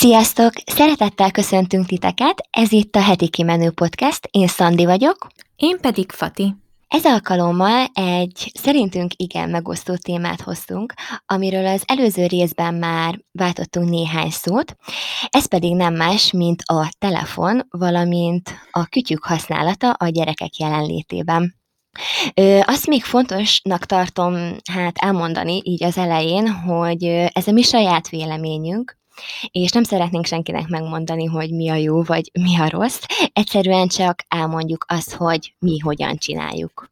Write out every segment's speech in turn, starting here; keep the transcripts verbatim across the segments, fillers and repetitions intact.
Sziasztok! Szeretettel köszöntünk titeket, ez itt a Heti Kimenő Podcast, én Szandi vagyok. Én pedig Fati. Ez alkalommal egy szerintünk igen megosztó témát hoztunk, amiről az előző részben már váltottunk néhány szót, ez pedig nem más, mint a telefon, valamint a kütyük használata a gyerekek jelenlétében. Ö, azt még fontosnak tartom hát elmondani így az elején, hogy ez a mi saját véleményünk, és nem szeretnénk senkinek megmondani, hogy mi a jó, vagy mi a rossz, egyszerűen csak elmondjuk azt, hogy mi hogyan csináljuk.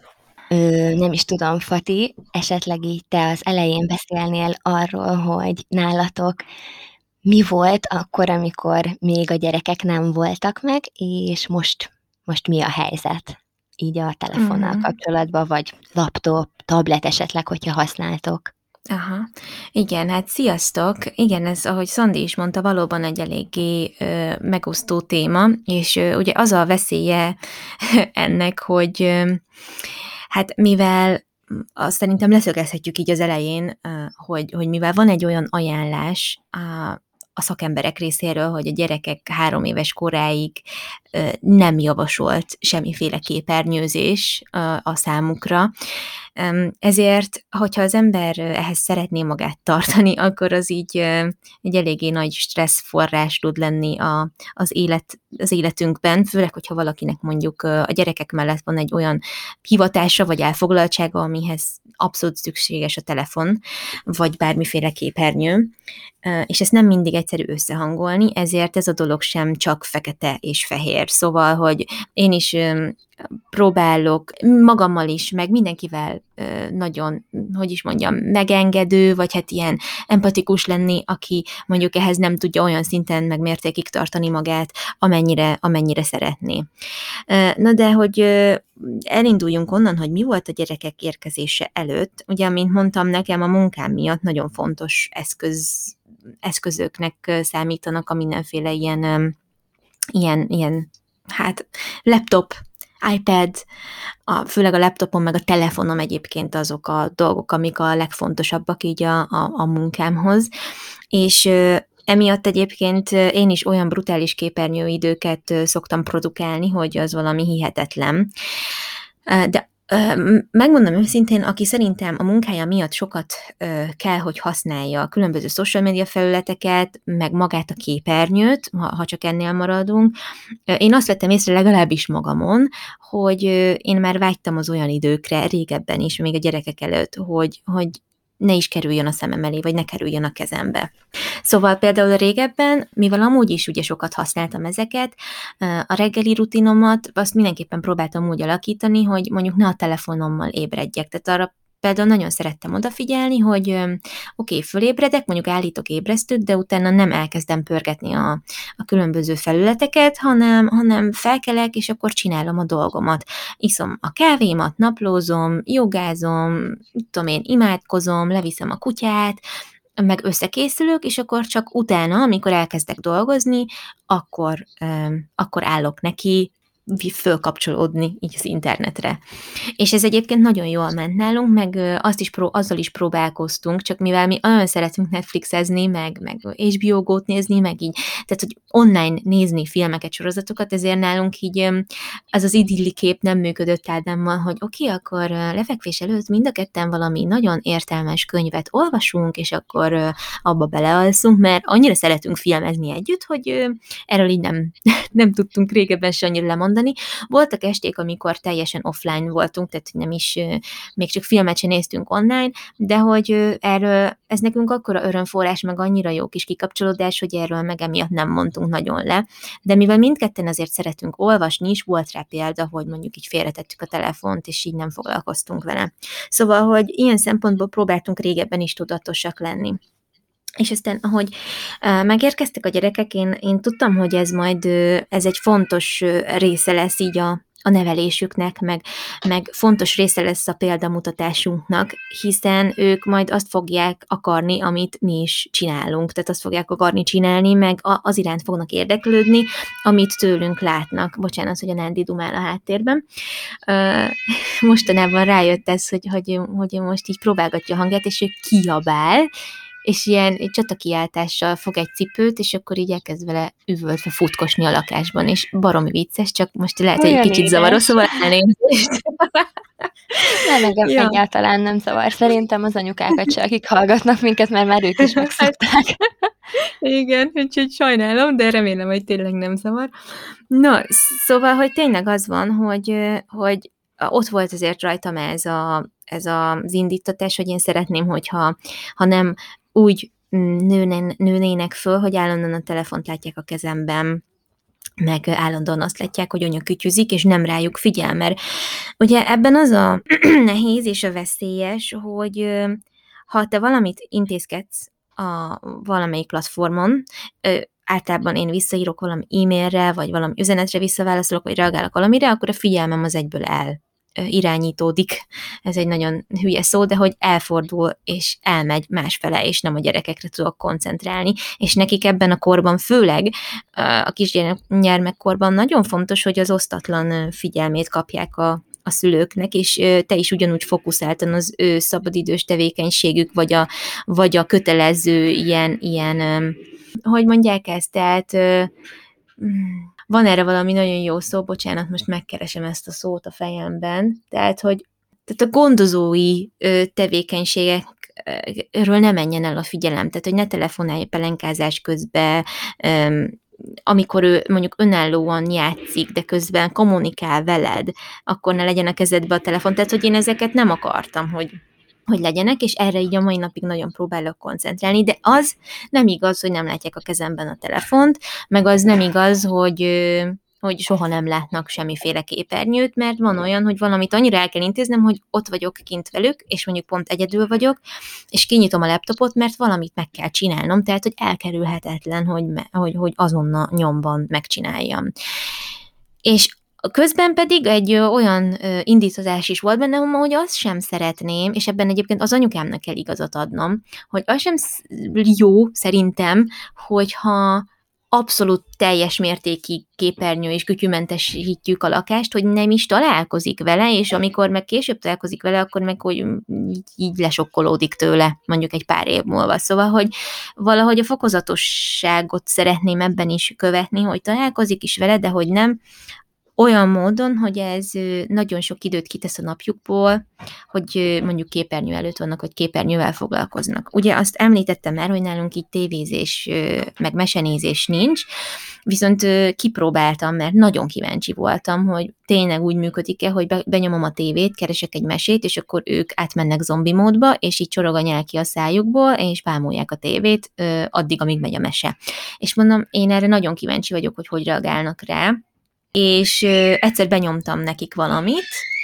Ö, nem is tudom, Fati, esetleg így te az elején beszélnél arról, hogy nálatok mi volt akkor, amikor még a gyerekek nem voltak meg, és most, most mi a helyzet így a telefonnal Mhm. kapcsolatban, vagy laptop, tablet esetleg, hogyha használtok. Aha. Igen, hát sziasztok! Igen, ez, ahogy Szandi is mondta, valóban egy eléggé ö, megosztó téma, és ö, ugye az a veszélye ennek, hogy ö, hát mivel azt szerintem leszögezhetjük így az elején, ö, hogy, hogy mivel van egy olyan ajánlás a, a szakemberek részéről, hogy a gyerekek három éves koráig ö, nem javasolt semmiféle képernyőzés ö, a számukra, ezért, hogyha az ember ehhez szeretné magát tartani, akkor az így egy eléggé nagy stresszforrás tud lenni a, az, élet, az életünkben, főleg, hogyha valakinek mondjuk a gyerekek mellett van egy olyan hivatása vagy elfoglaltsága, amihez abszolút szükséges a telefon, vagy bármiféle képernyő, és ezt nem mindig egyszerű összehangolni, ezért ez a dolog sem csak fekete és fehér. Szóval, hogy én is próbálok magammal is, meg mindenkivel nagyon, hogy is mondjam, megengedő, vagy hát ilyen empatikus lenni, aki mondjuk ehhez nem tudja olyan szinten meg mértékig tartani magát, amennyire, amennyire szeretné. Na de, hogy elinduljunk onnan, hogy mi volt a gyerekek érkezése előtt. Ugye, amint mondtam, nekem a munkám miatt nagyon fontos eszköz, eszközöknek számítanak a mindenféle ilyen, ilyen, ilyen hát laptop, iPad, a, főleg a laptopon, meg a telefonom egyébként azok a dolgok, amik a legfontosabbak így a, a, a munkámhoz, és ö, emiatt egyébként én is olyan brutális képernyőidőket szoktam produkálni, hogy az valami hihetetlen. De megmondom őszintén, aki szerintem a munkája miatt sokat kell, hogy használja a különböző social media felületeket, meg magát a képernyőt, ha, ha csak ennél maradunk. Én azt vettem észre legalábbis magamon, hogy én már vágytam az olyan időkre, régebben is, még a gyerekek előtt, hogy, hogy ne is kerüljön a szemem elé, vagy ne kerüljön a kezembe. Szóval például régebben, mivel amúgy is ugye sokat használtam ezeket, a reggeli rutinomat azt mindenképpen próbáltam úgy alakítani, hogy mondjuk ne a telefonommal ébredjek. Tehát arra például nagyon szerettem odafigyelni, hogy oké, okay, fölébredek, mondjuk állítok ébresztőt, de utána nem elkezdem pörgetni a, a különböző felületeket, hanem, hanem felkelek, és akkor csinálom a dolgomat. Iszom a kávémat, naplózom, jogázom, tudom én, imádkozom, leviszem a kutyát, meg összekészülök, és akkor csak utána, amikor elkezdek dolgozni, akkor, um, akkor állok neki, fölkapcsolódni így az internetre. És ez egyébként nagyon jól ment nálunk, meg azt is pró- azzal is próbálkoztunk, csak mivel mi olyan szeretünk Netflixezni, meg, meg há bé o Go-t nézni, meg így, tehát hogy online nézni filmeket, sorozatokat, ezért nálunk így az az idilli kép nem működött Ádámmal, hogy oké, okay, akkor lefekvés előtt mind a ketten valami nagyon értelmes könyvet olvasunk, és akkor abba belealszunk, mert annyira szeretünk filmezni együtt, hogy erről így nem, nem tudtunk régebben se annyira lemondani. Voltak esték, amikor teljesen offline voltunk, tehát nem is, még csak filmet sem néztünk online, de hogy erről, ez nekünk akkora örömforrás, meg annyira jó kis kikapcsolódás, hogy erről meg emiatt nem mondtunk nagyon le. De mivel mindketten azért szeretünk olvasni is, volt rá példa, hogy mondjuk így félretettük a telefont, és így nem foglalkoztunk vele. Szóval, hogy ilyen szempontból próbáltunk régebben is tudatosak lenni. És aztán, ahogy uh, megérkeztek a gyerekek, én, én tudtam, hogy ez majd uh, ez egy fontos uh, része lesz így a, a nevelésüknek, meg, meg fontos része lesz a példamutatásunknak, hiszen ők majd azt fogják akarni, amit mi is csinálunk, tehát azt fogják akarni csinálni, meg a, az iránt fognak érdeklődni, amit tőlünk látnak. Bocsánat, hogy a Nándi dumál a háttérben. Uh, mostanában rájött ez, hogy, hogy, hogy most így próbálgatja a hangját, és ő kiabál, és ilyen egy csatakiáltással fog egy cipőt, és akkor így elkezd vele üvöltve futkosni a lakásban, és baromi vicces, csak most lehet, hogy egy Olyan kicsit zavaró, édes. szóval elnézést. Nem, engem Ja. egyáltalán nem zavar. Szerintem az anyukákat se, akik hallgatnak minket, mert már ők is megszokták. Igen, úgyhogy sajnálom, de remélem, hogy tényleg nem zavar. Na, szóval, hogy tényleg az van, hogy, hogy ott volt azért rajtam ez, a, ez az indítatás, hogy én szeretném, hogyha ha nem úgy nőnen, nőnének föl, hogy állandóan a telefont látják a kezemben, meg állandóan azt látják, hogy anya kütyüzik, és nem rájuk figyel, mert ugye ebben az a nehéz és a veszélyes, hogy ha te valamit intézkedsz a valamelyik platformon, általában én visszaírok valami e-mailre, vagy valami üzenetre visszaválaszolok, vagy reagálok valamire, akkor a figyelmem az egyből el irányítódik. Ez egy nagyon hülye szó, de hogy elfordul, és elmegy másfele, és nem a gyerekekre tudok koncentrálni. És nekik ebben a korban, főleg a kisgyermekkorban nagyon fontos, hogy az osztatlan figyelmét kapják a a szülőknek, és te is ugyanúgy fókuszáltan az ő szabadidős tevékenységük, vagy a, vagy a kötelező ilyen, ilyen, hogy mondják ezt, tehát van erre valami nagyon jó szó, bocsánat, most megkeresem ezt a szót a fejemben, tehát, hogy tehát a gondozói tevékenységekről ne menjen el a figyelem, tehát, hogy ne telefonálj pelenkázás közben, amikor ő mondjuk önállóan játszik, de közben kommunikál veled, akkor ne legyen a kezedbe a telefon. Tehát, hogy én ezeket nem akartam, hogy, hogy legyenek, és erre így a mai napig nagyon próbálok koncentrálni, de az nem igaz, hogy nem látják a kezemben a telefont, meg az nem igaz, hogy, hogy soha nem látnak semmiféle képernyőt, mert van olyan, hogy valamit annyira el kell intéznem, hogy ott vagyok kint velük, és mondjuk pont egyedül vagyok, és kinyitom a laptopot, mert valamit meg kell csinálnom, tehát, hogy elkerülhetetlen, hogy, hogy, hogy azonnal nyomban megcsináljam. És közben pedig egy olyan indítozás is volt bennem, hogy azt sem szeretném, és ebben egyébként az anyukámnak kell igazat adnom, hogy az sem jó szerintem, hogyha abszolút teljes mértékig képernyő és kütyümentesítjük a lakást, hogy nem is találkozik vele, és amikor meg később találkozik vele, akkor meg hogy így, így lesokkolódik tőle, mondjuk egy pár év múlva. Szóval, hogy valahogy a fokozatosságot szeretném ebben is követni, hogy találkozik is vele, de hogy nem olyan módon, hogy ez nagyon sok időt kitesz a napjukból, hogy mondjuk képernyő előtt vannak, hogy képernyővel foglalkoznak. Ugye azt említettem már, hogy nálunk így tévézés, meg mesenézés nincs, viszont kipróbáltam, mert nagyon kíváncsi voltam, hogy tényleg úgy működik-e, hogy benyomom a tévét, keresek egy mesét, és akkor ők átmennek zombi módba, és így csorog a nyál ki a szájukból, és bámulják a tévét addig, amíg megy a mese. És mondom, én erre nagyon kíváncsi vagyok, hogy hogy reagálnak rá, és egyszer benyomtam nekik valamit,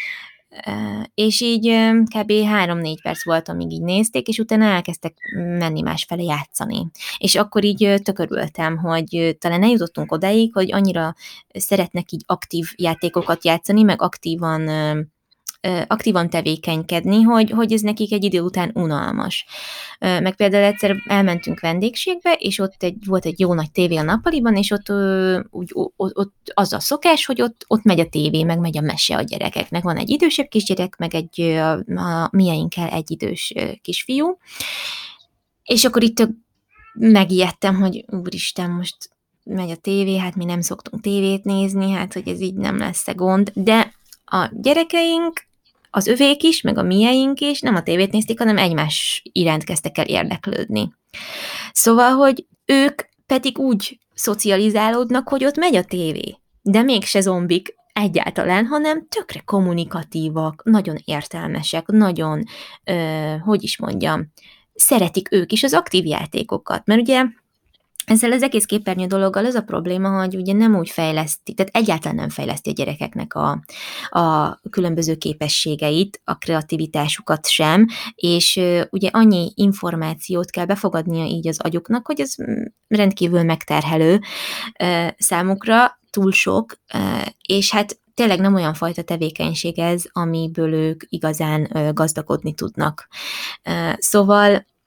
és így kb. három-négy perc volt, amíg így nézték, és utána elkezdtek menni másfele játszani. És akkor így tökörültem, hogy talán eljutottunk odáig, hogy annyira szeretnek így aktív játékokat játszani, meg aktívan aktívan tevékenykedni, hogy, hogy ez nekik egy idő után unalmas. Meg például egyszer elmentünk vendégségbe, és ott egy, volt egy jó nagy tévé a nappaliban, és ott, úgy, ott, ott az a szokás, hogy ott, ott megy a tévé, meg megy a mese a gyerekeknek. Van egy idősebb kisgyerek, meg egy a, a mieinkkel egy idős kisfiú. És akkor itt megijedtem, hogy úristen, most megy a tévé, hát mi nem szoktunk tévét nézni, hát hogy ez így nem lesz-e gond, de a gyerekeink, az övék is, meg a mieink is nem a tévét nézték, hanem egymás iránt kezdtek el érdeklődni. Szóval, hogy ők pedig úgy szocializálódnak, hogy ott megy a tévé, de mégse zombik egyáltalán, hanem tökre kommunikatívak, nagyon értelmesek, nagyon, ö, hogy is mondjam, szeretik ők is az aktív játékokat, mert ugye ezzel az egész képernyő dologgal az a probléma, hogy ugye nem úgy fejleszti, tehát egyáltalán nem fejleszti a gyerekeknek a, a különböző képességeit, a kreativitásukat sem, és ugye annyi információt kell befogadnia így az agyuknak, hogy ez rendkívül megterhelő számukra, túl sok, és hát tényleg nem olyan fajta tevékenység ez, amiből ők igazán gazdagodni tudnak. Szóval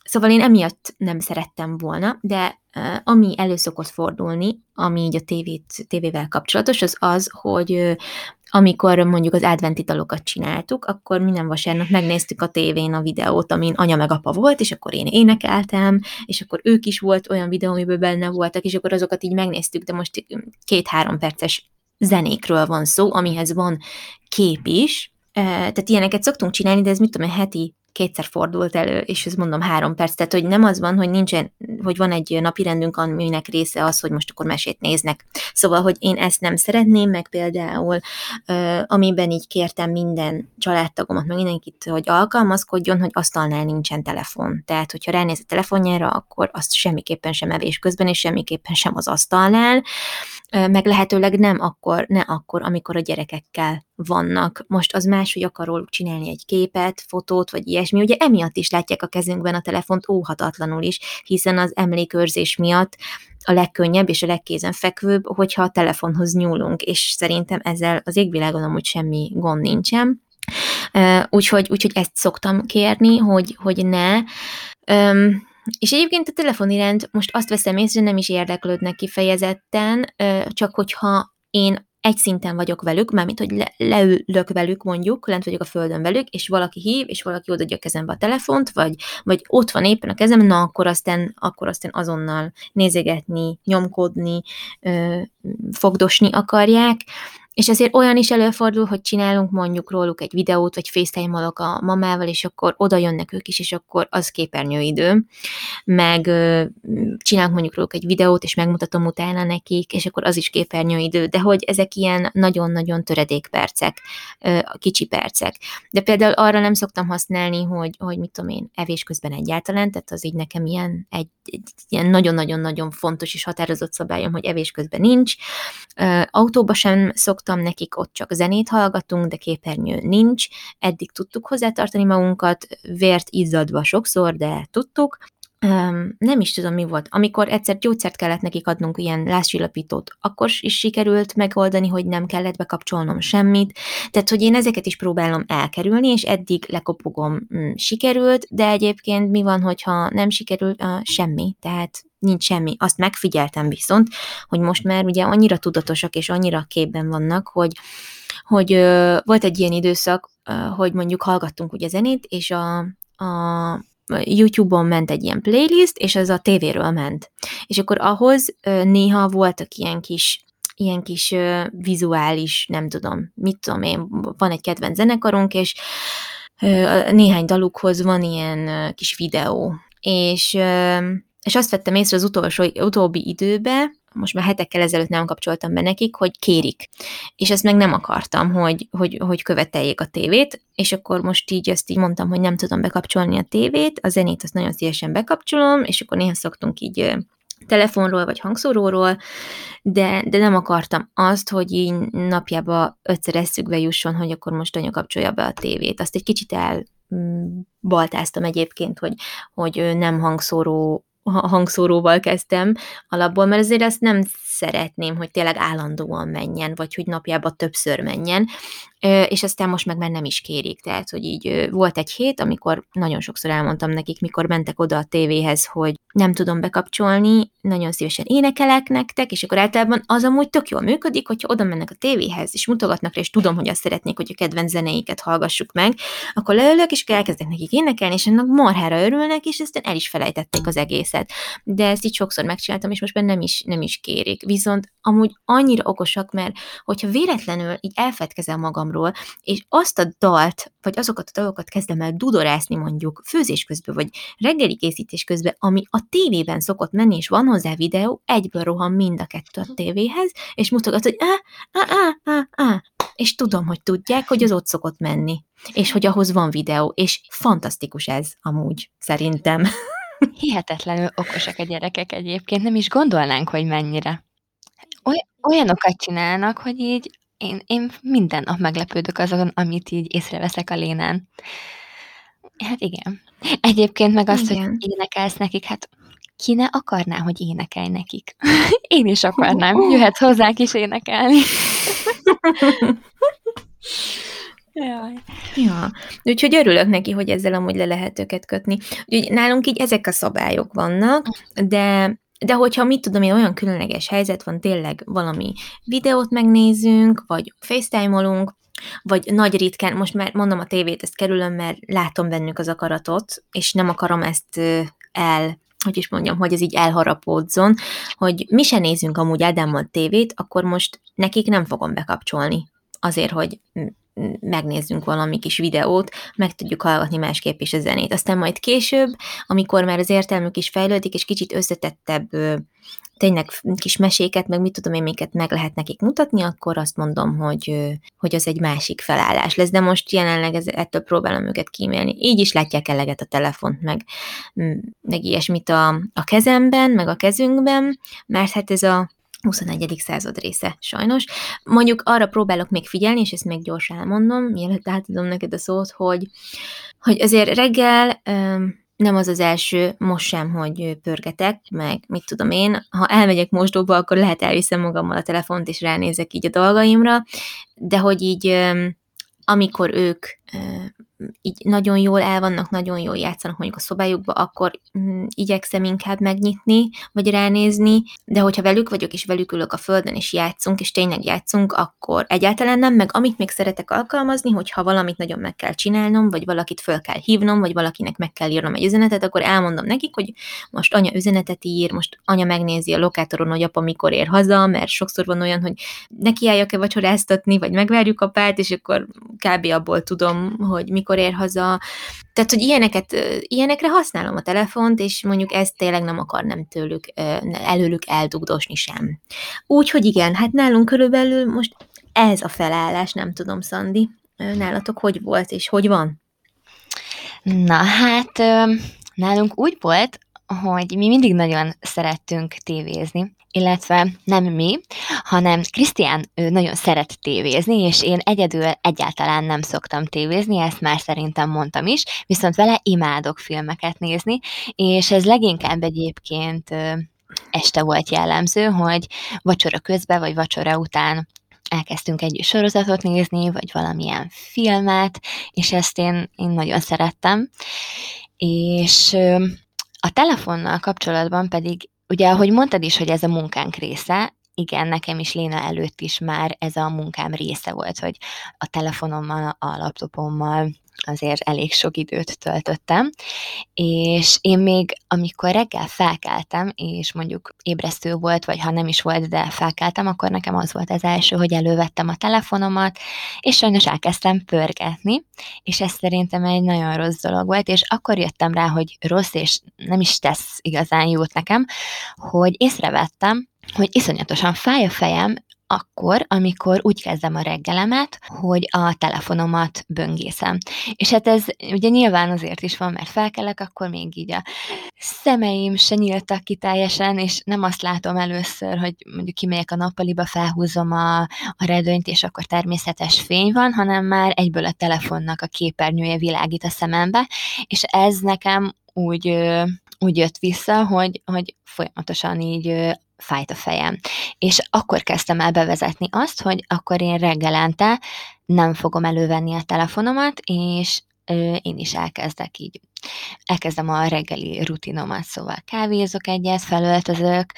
Szóval én emiatt nem szerettem volna, de ami elő szokott fordulni, ami így a tévét, tévével kapcsolatos, az az, hogy amikor mondjuk az adventi dalokat csináltuk, akkor minden vasárnap megnéztük a tévén a videót, amin anya meg apa volt, és akkor én énekeltem, és akkor ők is volt olyan videó, amiből benne voltak, és akkor azokat így megnéztük, de most két-három perces zenékről van szó, amihez van kép is, tehát ilyeneket szoktunk csinálni, de ez mit tudom, heti kétszer fordult elő, és ez mondom három perc, tehát hogy nem az van, hogy nincsen, hogy van egy napirendünk, aminek része az, hogy most akkor mesét néznek. Szóval, hogy én ezt nem szeretném, meg például, amiben így kértem minden családtagomat, meg mindenkit, hogy alkalmazkodjon, hogy asztalnál nincsen telefon. Tehát, hogyha ránéz a telefonjára, akkor azt semmiképpen sem evés közben, és semmiképpen sem az asztalnál, meg lehetőleg nem akkor, ne akkor, amikor a gyerekekkel vannak. Most az más, hogy akar róluk csinálni egy képet, fotót, vagy ilyesmi. Ugye emiatt is látják a kezünkben a telefont óhatatlanul is, hiszen az emlékőrzés miatt a legkönnyebb és a legkézenfekvőbb, hogyha a telefonhoz nyúlunk, és szerintem ezzel az égvilágon amúgy semmi gond nincsen. Úgyhogy, úgyhogy ezt szoktam kérni, hogy, hogy ne. Um, És egyébként a telefon iránt most azt veszem észre, nem is érdeklődnek kifejezetten, csak hogyha én egy szinten vagyok velük, mármint, hogy le, leülök velük mondjuk, lent vagyok a földön velük, és valaki hív, és valaki odaadja a kezembe a telefont, vagy, vagy ott van éppen a kezem, na akkor aztán, akkor aztán azonnal nézegetni, nyomkodni, fogdosni akarják. És azért olyan is előfordul, hogy csinálunk mondjuk róluk egy videót, vagy FaceTime-olok a mamával, és akkor oda jönnek ők is, és akkor az képernyőidő. Meg csinálunk mondjuk róluk egy videót, és megmutatom utána nekik, és akkor az is képernyőidő. De hogy ezek ilyen nagyon-nagyon töredék percek, kicsi percek. De például arra nem szoktam használni, hogy, hogy mit tudom én, evés közben egyáltalán, tehát az így nekem ilyen, egy, egy ilyen nagyon-nagyon-nagyon fontos és határozott szabályom, hogy evés közben nincs. Autóba sem szoktam, nekik ott csak zenét hallgatunk, de képernyő nincs. Eddig tudtuk hozzátartani magunkat, vért izzadva sokszor, de tudtuk. Um, nem is tudom, mi volt. Amikor egyszer gyógyszert kellett nekik adnunk, ilyen lázcsillapítót, akkor is sikerült megoldani, hogy nem kellett bekapcsolnom semmit. Tehát, hogy én ezeket is próbálom elkerülni, és eddig lekopogom, mm, sikerült, de egyébként mi van, hogyha nem sikerült? Uh, semmi. Tehát nincs semmi. Azt megfigyeltem viszont, hogy most már ugye annyira tudatosak, és annyira képben vannak, hogy, hogy uh, volt egy ilyen időszak, uh, hogy mondjuk hallgattunk ugye zenét, és a, a YouTube-on ment egy ilyen playlist, és az a tévéről ment. És akkor ahhoz néha voltak ilyen kis, ilyen kis vizuális, nem tudom, mit tudom én, van egy kedvenc zenekarunk, és néhány dalukhoz van ilyen kis videó. És, és azt vettem észre az utolsó, utóbbi időben, most már hetekkel ezelőtt nem kapcsoltam be nekik, hogy kérik. És ezt meg nem akartam, hogy, hogy, hogy követeljék a tévét, és akkor most így ezt így mondtam, hogy nem tudom bekapcsolni a tévét, a zenét azt nagyon szívesen bekapcsolom, és akkor néha szoktunk így telefonról vagy hangszóróról, de, de nem akartam azt, hogy így napjába ötször eszükbe jusson, hogy akkor most anya kapcsolja be a tévét. Azt egy kicsit elbaltáztam egyébként, hogy, hogy nem hangszóró hangszóróval kezdtem alapból, mert azért azt nem szeretném, hogy tényleg állandóan menjen, vagy hogy napjában többször menjen, és aztán most meg már nem is kérik. Tehát, hogy így volt egy hét, amikor nagyon sokszor elmondtam nekik, mikor mentek oda a tévéhez, hogy nem tudom bekapcsolni, nagyon szívesen énekelek nektek, és akkor általában az amúgy tök jól működik, hogyha oda mennek a tévéhez, és mutogatnak rá, és tudom, hogy azt szeretnék, hogy a kedvenc zenéiket hallgassuk meg, akkor leülök, és elkezdek nekik énekelni, és ennek marhára örülnek, és aztán el is felejtették az egészet. De ezt így sokszor megcsináltam, és most már nem is, nem is kérik. Viszont amúgy annyira okosak, mert hogyha véletlenül így elfedkezel magamról, és azt a dalt, vagy azokat a dalokat kezdem el dudorászni mondjuk főzés közben, vagy reggeli készítés közben, ami a tévében szokott menni, és van hozzá videó, egyből rohan mind a kettő a tévéhez, és mutogat, hogy á, á, á, á, á, és tudom, hogy tudják, hogy az ott szokott menni, és hogy ahhoz van videó, és fantasztikus ez amúgy, szerintem. Hihetetlenül okosak a gyerekek egyébként, nem is gondolnánk, hogy mennyire. Oly- olyanokat csinálnak, hogy így én, én minden nap meglepődök azon, amit így észreveszek a Lénán. Hát igen. Egyébként meg azt, Igen. hogy énekelsz nekik, hát ki ne akarná, hogy énekelj nekik? Én is akarnám, jöhetsz hozzánk is énekelni. Jaj. Ja, úgyhogy örülök neki, hogy ezzel amúgy le lehet őket kötni. Úgyhogy nálunk így ezek a szabályok vannak, de de hogyha mit tudom én, olyan különleges helyzet van, tényleg valami videót megnézünk, vagy FaceTime-olunk, vagy nagy ritkán, most már mondom a tévét, ezt kerülöm, mert látom bennük az akaratot, és nem akarom ezt ö, el, hogy is mondjam, hogy ez így elharapódzon, hogy mi se nézünk amúgy Ádámmal tévét, akkor most nekik nem fogom bekapcsolni. Azért, hogy megnézzünk valami kis videót, meg tudjuk hallgatni másképp is a zenét. Aztán majd később, amikor már az értelmük is fejlődik, és kicsit összetettebb tényleg kis meséket, meg mit tudom én, miket meg lehet nekik mutatni, akkor azt mondom, hogy, hogy az egy másik felállás lesz, de most jelenleg ez, ettől próbálom őket kímélni. Így is látják eleget a telefont, meg, meg ilyesmit a, a kezemben, meg a kezünkben, mert hát ez a huszonegyedik század része, sajnos. Mondjuk arra próbálok még figyelni, és ezt még gyorsan elmondom, mielőtt átadom neked a szót, hogy, hogy azért reggel nem az az első, most sem, hogy pörgetek, meg mit tudom én, ha elmegyek mosdóba, akkor lehet elviszem magammal a telefont, és ránézek így a dolgaimra, de hogy így amikor ők így nagyon jól el vannak, nagyon jól játszanak mondjuk a szobájukba, akkor mm, igyekszem inkább megnyitni, vagy ránézni, de hogyha velük vagyok, és velük ülök a földön, és játszunk, és tényleg játszunk, akkor egyáltalán nem, meg amit még szeretek alkalmazni, hogyha valamit nagyon meg kell csinálnom, vagy valakit föl kell hívnom, vagy valakinek meg kell írnom egy üzenetet, akkor elmondom nekik, hogy most anya üzenetet ír, most anya megnézi a lokátoron, hogy apa mikor ér haza, mert sokszor van olyan, hogy nekiálljak-e vacsoráztatni, vagy megvárjuk apát, és akkor kb. Abból tudom, hogy mikor ér haza. Tehát, hogy ilyeneket, ilyenekre használom a telefont, és mondjuk ezt tényleg nem akarnám tőlük, előlük eldugdosni sem. Úgyhogy igen, hát nálunk körülbelül most ez a felállás, nem tudom, Szandi, nálatok hogy volt, és hogy van? Na hát, nálunk úgy volt, hogy mi mindig nagyon szerettünk tévézni, illetve nem mi, hanem Krisztián ő nagyon szeret tévézni, és én egyedül egyáltalán nem szoktam tévézni, ezt már szerintem mondtam is, viszont vele imádok filmeket nézni, és ez leginkább egyébként este volt jellemző, hogy vacsora közben, vagy vacsora után elkezdtünk együtt sorozatot nézni, vagy valamilyen filmet, és ezt én, én nagyon szerettem. És a telefonnal kapcsolatban pedig, ugye, ahogy mondtad is, hogy ez a munkánk része, igen, nekem is Léna előtt is már ez a munkám része volt, hogy a telefonommal, a laptopommal azért elég sok időt töltöttem, és én még, amikor reggel felkeltem, és mondjuk ébresztő volt, vagy ha nem is volt, de felkeltem, akkor nekem az volt az első, hogy elővettem a telefonomat, és sajnos elkezdtem pörgetni, és ez szerintem egy nagyon rossz dolog volt, és akkor jöttem rá, hogy rossz, és nem is tesz igazán jót nekem, hogy észrevettem, hogy iszonyatosan fáj a fejem, akkor, amikor úgy kezdem a reggelemet, hogy a telefonomat böngészem. És hát ez ugye nyilván azért is van, mert felkelek, akkor még így a szemeim se nyíltak ki teljesen, és nem azt látom először, hogy mondjuk kimegyek a nappaliba, felhúzom a, a redőnyt, és akkor természetes fény van, hanem már egyből a telefonnak a képernyője világít a szemembe, és ez nekem úgy, úgy jött vissza, hogy, hogy folyamatosan így fájt a fejem. És akkor kezdtem el bevezetni azt, hogy akkor én reggelente nem fogom elővenni a telefonomat, és ö, én is elkezdek így, elkezdem a reggeli rutinomat, szóval kávézok egyet, felöltözök,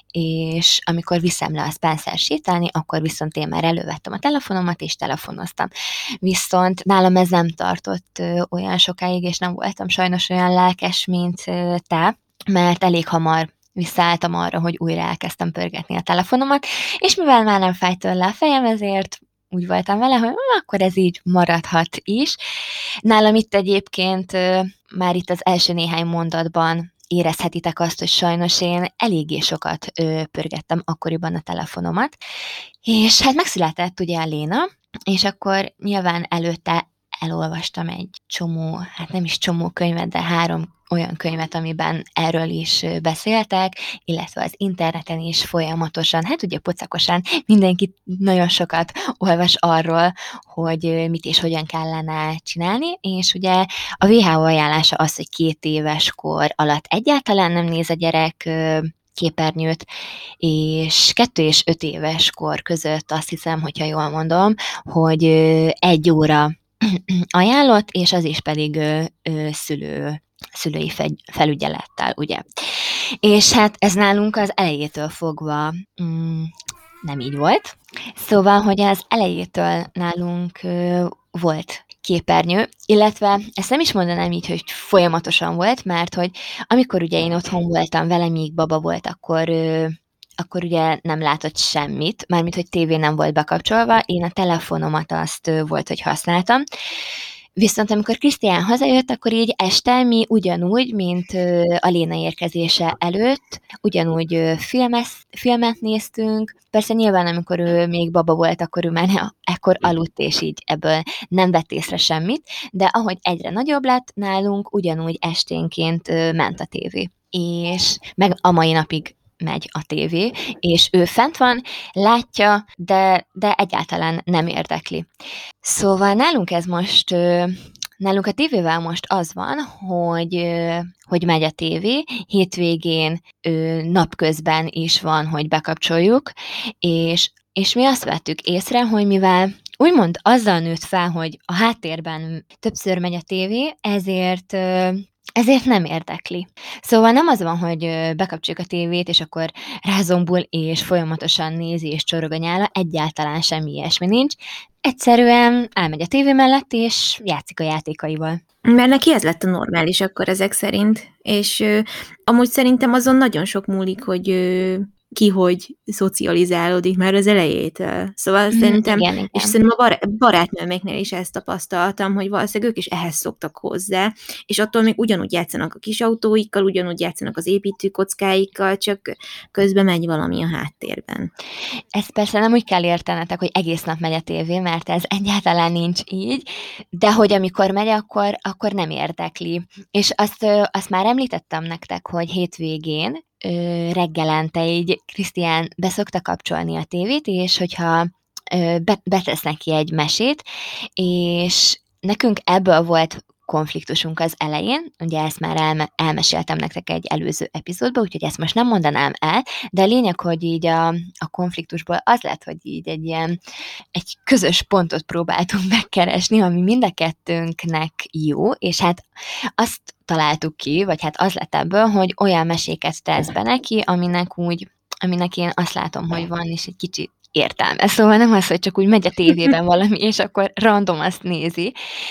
és amikor viszem le a Spencer sétálni, akkor viszont én már elővettem a telefonomat, és telefonoztam. Viszont nálam ez nem tartott ö, olyan sokáig, és nem voltam sajnos olyan lelkes, mint ö, te, mert elég hamar visszaálltam arra, hogy újra elkezdtem pörgetni a telefonomat, és mivel már nem fájt tőle a fejem, ezért úgy voltam vele, hogy akkor ez így maradhat is. Nálam itt egyébként már itt az első néhány mondatban érezhetitek azt, hogy sajnos én eléggé sokat pörgettem akkoriban a telefonomat, és hát megszületett ugye a Léna, és akkor nyilván előtte elolvastam egy csomó, hát nem is csomó könyvet, de három olyan könyvet, amiben erről is beszéltek, illetve az interneten is folyamatosan, hát ugye pocakosan mindenki nagyon sokat olvas arról, hogy mit és hogyan kellene csinálni, és ugye a vé há o ajánlása az, hogy két éves kor alatt egyáltalán nem néz a gyerek képernyőt, és kettő és öt éves kor között azt hiszem, hogyha jól mondom, hogy egy óra ajánlott, és az is pedig, ö, ö, szülő szülői fegy felügyelettel, ugye. És hát ez nálunk az elejétől fogva, hm, nem így volt. Szóval, hogy az elejétől nálunk, ö, volt képernyő, illetve ezt nem is mondanám így, hogy folyamatosan volt, mert hogy amikor ugye én otthon voltam vele, míg baba volt, akkor, ö, akkor ugye nem látott semmit, mármint hogy tévé nem volt bekapcsolva, én a telefonomat azt, ö, volt, hogy használtam. Viszont amikor Krisztián hazajött, akkor így este mi ugyanúgy, mint, ö, a Léna érkezése előtt, ugyanúgy, ö, filmez filmet néztünk. Persze nyilván, amikor ő még baba volt, akkor ő már ne ekkor aludt, és így ebből nem vett észre semmit, de ahogy egyre nagyobb lett, nálunk ugyanúgy esténként, ö, ment a tévé. És meg a mai napig megy a tévé, és ő fent van, látja, de de egyáltalán nem érdekli. Szóval nálunk ez most, ö, nálunk a tévével most az van, hogy, ö, hogy megy a tévé, hétvégén, ö, napközben is van, hogy bekapcsoljuk, és és mi azt vettük észre, hogy mivel úgymond azzal nőtt fel, hogy a háttérben többször megy a tévé, ezért, ö, ezért nem érdekli. Szóval nem az van, hogy, ö, bekapcsoljuk a tévét, és akkor rázombul, és folyamatosan nézi, és csorog a nyála, egyáltalán semmi ilyesmi nincs. Egyszerűen elmegy a tévé mellett, és játszik a játékaival. Mert neki ez lett a normális akkor ezek szerint, és, ö, amúgy szerintem azon nagyon sok múlik, hogy, ö, ki hogy szocializálódik már az elejétől. Szóval Mhm, szerintem igen, és igen. szerintem a bará barátnőméknél is ezt tapasztaltam, hogy valószínűleg ők is ehhez szoktak hozzá, és attól még ugyanúgy játszanak a kis autóikkal, ugyanúgy játszanak az építőkockáikkal, csak közben megy valami a háttérben. Ezt persze nem úgy kell értenetek, hogy egész nap megy a tévé, mert ez egyáltalán nincs így, de hogy amikor megy, akkor akkor nem érdekli. És azt, ö, azt már említettem nektek, hogy hétvégén, ö, reggelente így Krisztián beszokta kapcsolni a tévét, és hogyha, ö, be betesz neki egy mesét, és nekünk ebből volt konfliktusunk az elején, ugye ezt már elme elmeséltem nektek egy előző epizódban, úgyhogy ezt most nem mondanám el, de a lényeg, hogy így a a konfliktusból az lett, hogy így egy ilyen egy közös pontot próbáltunk megkeresni, ami mind a kettőnknek jó, és hát azt találtuk ki, vagy hát az lett ebből, hogy olyan meséket tesz be neki, aminek úgy aminek én azt látom, hogy van is egy kicsi értelme. Szóval nem az, hogy csak úgy megy a tévében valami, és akkor random azt nézi,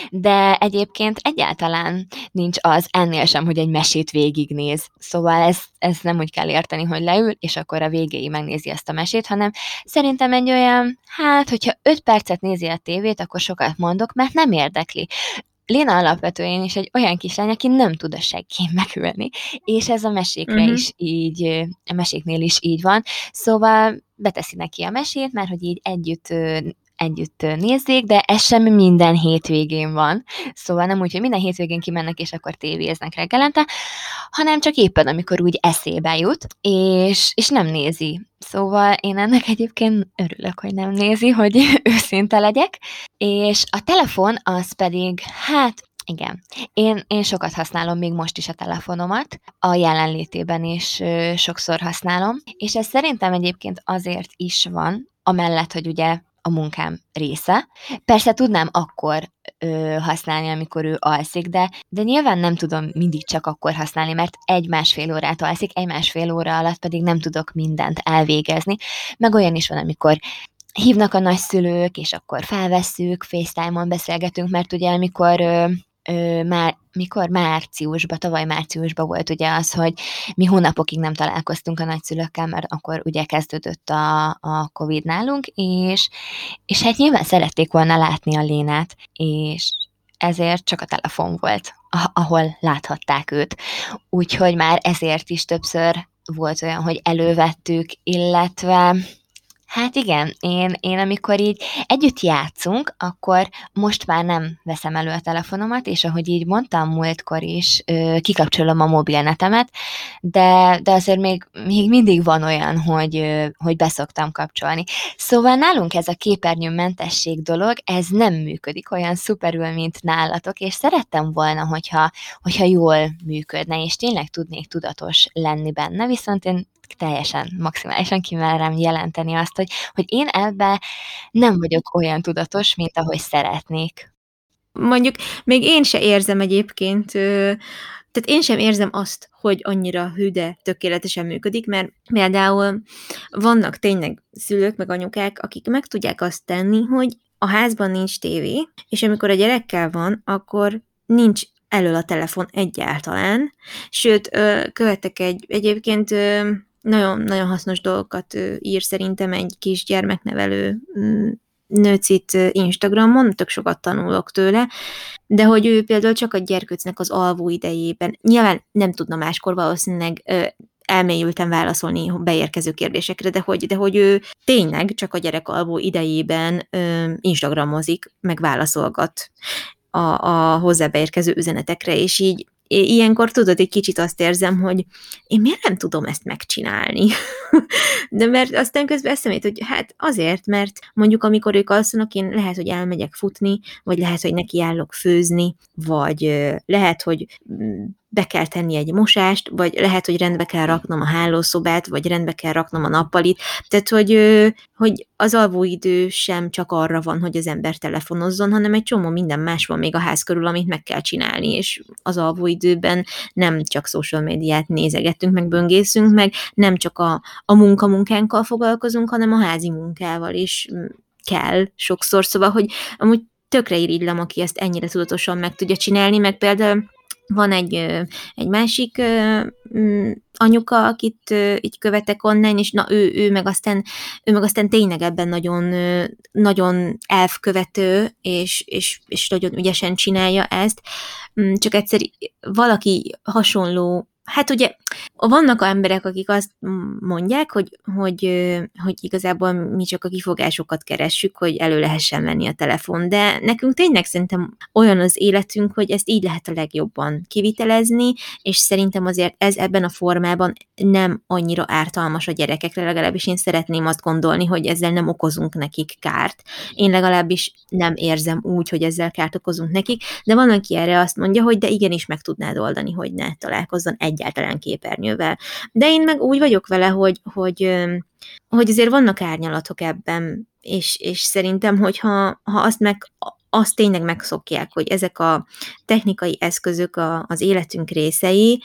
de egyébként egyáltalán nincs az ennél sem, hogy egy mesét végignéz. Szóval ez ez nem úgy kell érteni, hogy leül, és akkor a végéig megnézi azt a mesét, hanem szerintem egy olyan, hát hogyha öt percet nézi a tévét, akkor sokat mondok, mert nem érdekli. Léna alapvetően is egy olyan kislány, aki nem tud a seggén megülni, és ez a mesékre Mhm. is így, ö, a meséknél is így van. Szóval beteszi neki a mesét, mert hogy így együtt, ö, együtt, ö, nézzék, de ez sem minden hétvégén van. Szóval nem úgy, hogy minden hétvégén kimennek, és akkor tévéznek reggelente, hanem csak éppen, amikor úgy eszébe jut, és és nem nézi. Szóval én ennek egyébként örülök, hogy nem nézi, hogy őszinte legyek. És a telefon az pedig, hát igen, én én sokat használom még most is a telefonomat, a jelenlétében is, ö, sokszor használom, és ez szerintem egyébként azért is van, amellett, hogy ugye a munkám része. Persze tudnám akkor, ö, használni, amikor ő alszik, de de nyilván nem tudom mindig csak akkor használni, mert egy-másfél órát alszik, egy-másfél óra alatt pedig nem tudok mindent elvégezni. Meg olyan is van, amikor hívnak a nagyszülők, és akkor felvesszük, FaceTime-on beszélgetünk, mert ugye amikor, ö, ö, már mikor márciusban, tavaly márciusban volt ugye az, hogy mi hónapokig nem találkoztunk a nagyszülőkkel, mert akkor ugye kezdődött a a Covid nálunk, és és hát nyilván szerették volna látni a Lénát, és ezért csak a telefon volt, a ahol láthatták őt. Úgyhogy már ezért is többször volt olyan, hogy elővettük, illetve hát igen, én én amikor így együtt játszunk, akkor most már nem veszem elő a telefonomat, és ahogy így mondtam múltkor is, ö, kikapcsolom a mobilnetemet, de de azért még még mindig van olyan, hogy, ö, hogy be szoktam kapcsolni. Szóval nálunk ez a képernyőmentesség dolog, ez nem működik olyan szuperül, mint nálatok, és szerettem volna, hogyha hogyha jól működne, és tényleg tudnék tudatos lenni benne, viszont én teljesen, maximálisan kimerem jelenteni azt, hogy hogy én ebbe nem vagyok olyan tudatos, mint ahogy szeretnék. Mondjuk még én se érzem egyébként, tehát én sem érzem azt, hogy annyira hű, de tökéletesen működik, mert például vannak tényleg szülők, meg anyukák, akik meg tudják azt tenni, hogy a házban nincs tévé, és amikor a gyerekkel van, akkor nincs elől a telefon egyáltalán, sőt, követek egy egyébként nagyon-nagyon hasznos dolgokat ír szerintem egy kis gyermeknevelő nőcit Instagramon, tök sokat tanulok tőle, de hogy ő például csak a gyerkőcnek az alvó idejében, nyilván nem tudna máskor valószínűleg ö, elmélyülten válaszolni beérkező kérdésekre, de hogy, de hogy ő tényleg csak a gyerek alvó idejében ö, Instagramozik, meg válaszolgat a, a hozzá beérkező üzenetekre, és így ilyenkor tudod, egy kicsit azt érzem, hogy én miért nem tudom ezt megcsinálni? De mert aztán közben eszemét, hogy hát azért, mert mondjuk amikor ők alszanak, én lehet, hogy elmegyek futni, vagy lehet, hogy nekiállok főzni, vagy lehet, hogy be kell tenni egy mosást, vagy lehet, hogy rendbe kell raknom a hálószobát, vagy rendbe kell raknom a nappalit. Tehát, hogy, hogy az alvóidő sem csak arra van, hogy az ember telefonozzon, hanem egy csomó minden más van még a ház körül, amit meg kell csinálni, és az alvóidőben nem csak social médiát nézegetünk, meg böngészünk, meg nem csak a, a munka-munkánkkal foglalkozunk, hanem a házi munkával is kell sokszor. Szóval, hogy amúgy tökre irigylem, aki ezt ennyire tudatosan meg tudja csinálni, meg például van egy, egy másik anyuka, akit így követek online, és na ő, ő, meg aztán, ő meg aztán tényleg ebben nagyon, nagyon elfkövető, és, és, és nagyon ügyesen csinálja ezt, csak egyszer valaki hasonló. Hát ugye vannak emberek, akik azt mondják, hogy, hogy, hogy igazából mi csak a kifogásokat keressük, hogy elő lehessen venni a telefon, de nekünk tényleg szerintem olyan az életünk, hogy ezt így lehet a legjobban kivitelezni, és szerintem azért ez ebben a formában nem annyira ártalmas a gyerekekre, legalábbis én szeretném azt gondolni, hogy ezzel nem okozunk nekik kárt. Én legalábbis nem érzem úgy, hogy ezzel kárt okozunk nekik, de van, aki erre azt mondja, hogy de igenis meg tudnád oldani, hogy ne találkozzon egyáltalán képernyővel. De én meg úgy vagyok vele, hogy, hogy, hogy azért vannak árnyalatok ebben, és, és szerintem, hogyha ha azt, meg, azt tényleg megszokják, hogy ezek a technikai eszközök a, az életünk részei,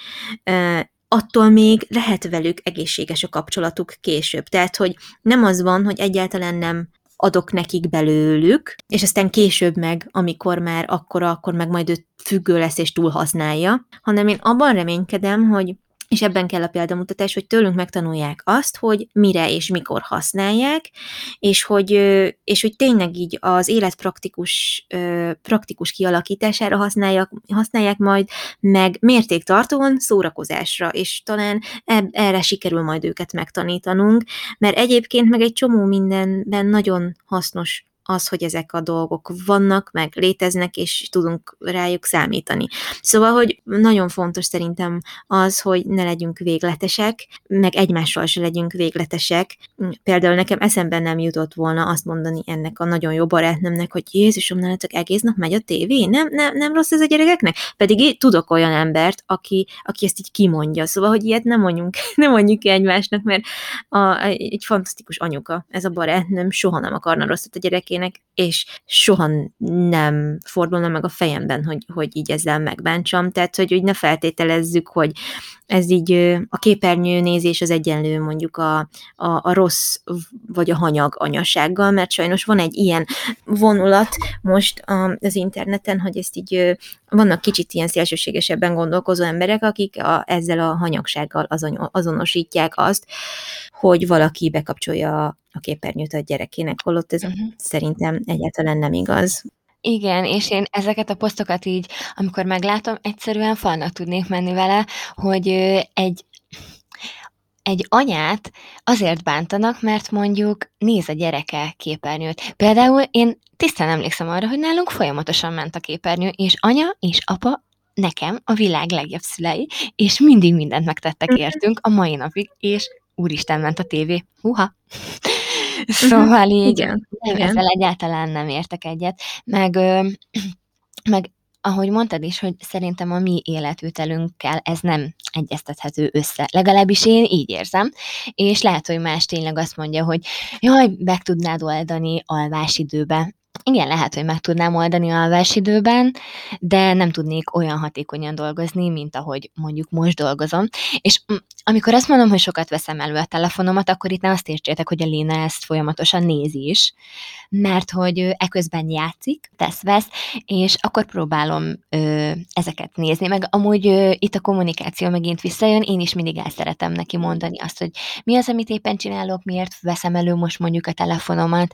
attól még lehet velük egészséges a kapcsolatuk később. Tehát, hogy nem az van, hogy egyáltalán nem adok nekik belőlük, és aztán később meg, amikor már akkora, akkor meg majd ő függő lesz és túlhasználja, hanem én abban reménykedem, hogy és ebben kell a példamutatás, hogy tőlünk megtanulják azt, hogy mire és mikor használják, és hogy, és hogy tényleg így az élet praktikus, praktikus kialakítására használják, használják majd, meg mértéktartóan szórakozásra, és talán erre sikerül majd őket megtanítanunk, mert egyébként meg egy csomó mindenben nagyon hasznos az, hogy ezek a dolgok vannak, meg léteznek, és tudunk rájuk számítani. Szóval, hogy nagyon fontos szerintem az, hogy ne legyünk végletesek, meg egymással se legyünk végletesek. Például nekem eszemben nem jutott volna azt mondani ennek a nagyon jó barátnőmnek, hogy Jézusom, nálatok egész nap megy a tévé? Nem, nem, nem rossz ez a gyerekeknek? Pedig én tudok olyan embert, aki, aki ezt így kimondja. Szóval, hogy ilyet nem mondjunk, nem mondjuk ki egymásnak, mert a, egy fantasztikus anyuka, ez a barátnőm, soha nem akarna rosszat a gyerekének, és soha nem fordulna meg a fejemben, hogy, hogy így ezzel megbántsam. Tehát, hogy úgy ne feltételezzük, hogy ez így a képernyőnézés az egyenlő mondjuk a, a, a rossz vagy a hanyag anyasággal, mert sajnos van egy ilyen vonulat most az interneten, hogy ezt így vannak kicsit ilyen szélsőségesebben gondolkozó emberek, akik a, ezzel a hanyagsággal azon, azonosítják azt, hogy valaki bekapcsolja a képernyőt a gyerekének, holott ez uh-huh. szerintem egyáltalán nem igaz. Igen, és én ezeket a posztokat így, amikor meglátom, egyszerűen falnak tudnék menni vele, hogy egy, egy anyát azért bántanak, mert mondjuk néz a gyereke képernyőt. Például én tisztán emlékszem arra, hogy nálunk folyamatosan ment a képernyő, és anya és apa nekem a világ legjobb szülei, és mindig mindent megtettek értünk a mai napig, és úristen, ment a tévé. Húha! Szóval így igen, nem, igen. ezzel egyáltalán nem értek egyet. Meg, meg ahogy mondtad is, hogy szerintem a mi életvitelünkkel ez nem egyeztethető össze. Legalábbis én így érzem, és lehet, hogy más tényleg azt mondja, hogy jaj, meg tudnád oldani alvásidőbe. Igen, lehet, hogy meg tudnám oldani alvásidőben, de nem tudnék olyan hatékonyan dolgozni, mint ahogy mondjuk most dolgozom. És, hm, amikor azt mondom, hogy sokat veszem elő a telefonomat, akkor itt ne azt értsétek, hogy a Léna ezt folyamatosan nézi is, mert hogy ő eközben játszik, tesz-vesz, és akkor próbálom, ö, ezeket nézni, meg amúgy, ö, itt a kommunikáció megint visszajön, én is mindig el szeretem neki mondani azt, hogy mi az, amit éppen csinálok, miért veszem elő most mondjuk a telefonomat,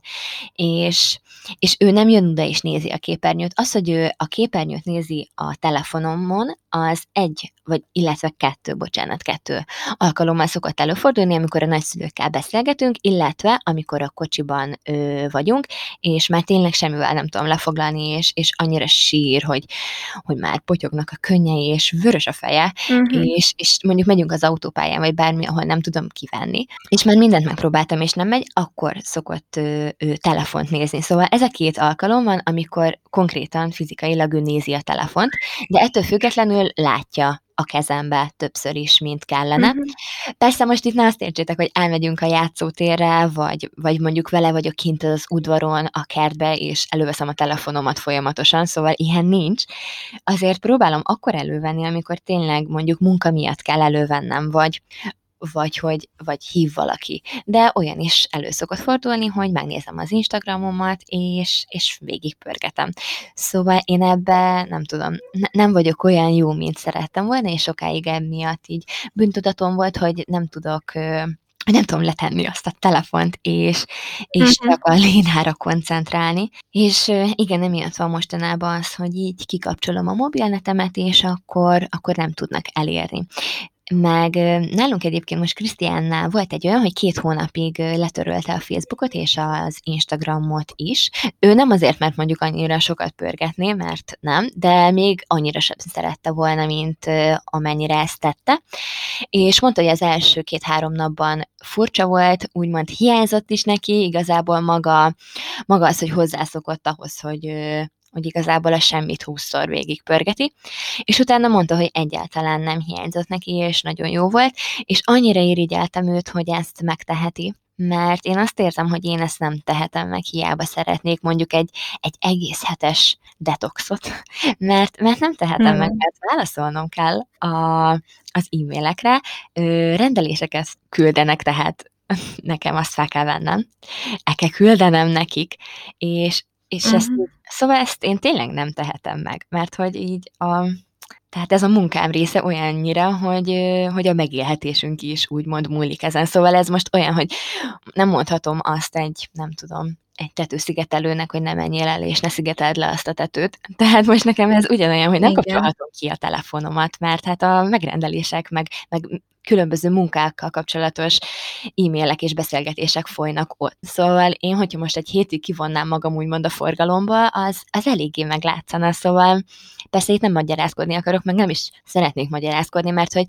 és és ő nem jön oda és nézi a képernyőt. Az, hogy ő a képernyőt nézi a telefonomon, az egy vagy illetve kettő, bocsánat, kettő alkalommal szokott előfordulni, amikor a nagyszülőkkel beszélgetünk, illetve amikor a kocsiban, ö, vagyunk, és már tényleg semmivel nem tudom lefoglalni, és és annyira sír, hogy hogy már potyognak a könnyei, és vörös a feje, Mhm. és és mondjuk megyünk az autópályán, vagy bármi, ahol nem tudom kivenni, és már mindent megpróbáltam, és nem megy, akkor szokott, ö, ő telefont nézni. Szóval ez a két alkalom van, amikor konkrétan fizikailag ő nézi a telefont, de ettől függetlenül látja a kezembe többször is, mint kellene. Mhm. Persze most itt ne azt értsétek, hogy elmegyünk a játszótérre, vagy vagy mondjuk vele vagyok kint az udvaron, a kertbe, és előveszem a telefonomat folyamatosan, szóval ilyen nincs. Azért próbálom akkor elővenni, amikor tényleg mondjuk munka miatt kell elővennem, vagy vagy hogy vagy hív valaki. De olyan is elő szokott fordulni, hogy megnézem az Instagramomat, és és végigpörgetem. Szóval én ebbe nem tudom, ne nem vagyok olyan jó, mint szerettem volna, és sokáig emiatt így bűntudatom volt, hogy nem tudok, ö, hogy nem tudom letenni azt a telefont, és és Mhm. csak a Lénára koncentrálni. És, ö, igen, emiatt van mostanában az, hogy így kikapcsolom a mobilnetemet, és akkor akkor nem tudnak elérni. Meg, ö, nálunk egyébként most Krisztiánnál volt egy olyan, hogy két hónapig, ö, letörölte a Facebookot és az Instagramot is. Ő nem azért, mert mondjuk annyira sokat pörgetné, mert nem, de még annyira sem szerette volna, mint, ö, amennyire ezt tette. És mondta, hogy az első két-három napban furcsa volt, úgymond hiányzott is neki, igazából maga maga az, hogy hozzászokott ahhoz, hogy, ö, hogy igazából a semmit húszszor végigpörgeti, és utána mondta, hogy egyáltalán nem hiányzott neki, és nagyon jó volt, és annyira irigyeltem őt, hogy ezt megteheti, mert én azt érzem, hogy én ezt nem tehetem meg, hiába szeretnék mondjuk egy egy egész hetes detoxot, mert mert nem tehetem meg, Mhm. mert válaszolnom kell a az e-mailekre, ö, rendeléseket küldenek, tehát nekem azt fel kell vennem, el kell küldenem nekik, és és ezt Mhm. így szóval ezt én tényleg nem tehetem meg, mert hogy így a tehát ez a munkám része olyannyira, hogy, ö, hogy a megélhetésünk is úgymond múlik ezen. Szóval ez most olyan, hogy nem mondhatom azt egy, nem tudom, egy tetőszigetelőnek, hogy ne menjél el, és ne szigeteld le azt a tetőt. Tehát most nekem ez ugyanolyan, hogy nem Igen. kapcsolhatom ki a telefonomat, mert hát a megrendelések, meg meg különböző munkákkal kapcsolatos e-mailek és beszélgetések folynak ott. Szóval én, hogyha most egy hétig kivonnám magam úgymond a forgalomba, az az eléggé meglátszana. Szóval persze itt nem magyarázkodni akarok, meg nem is szeretnék magyarázkodni, mert hogy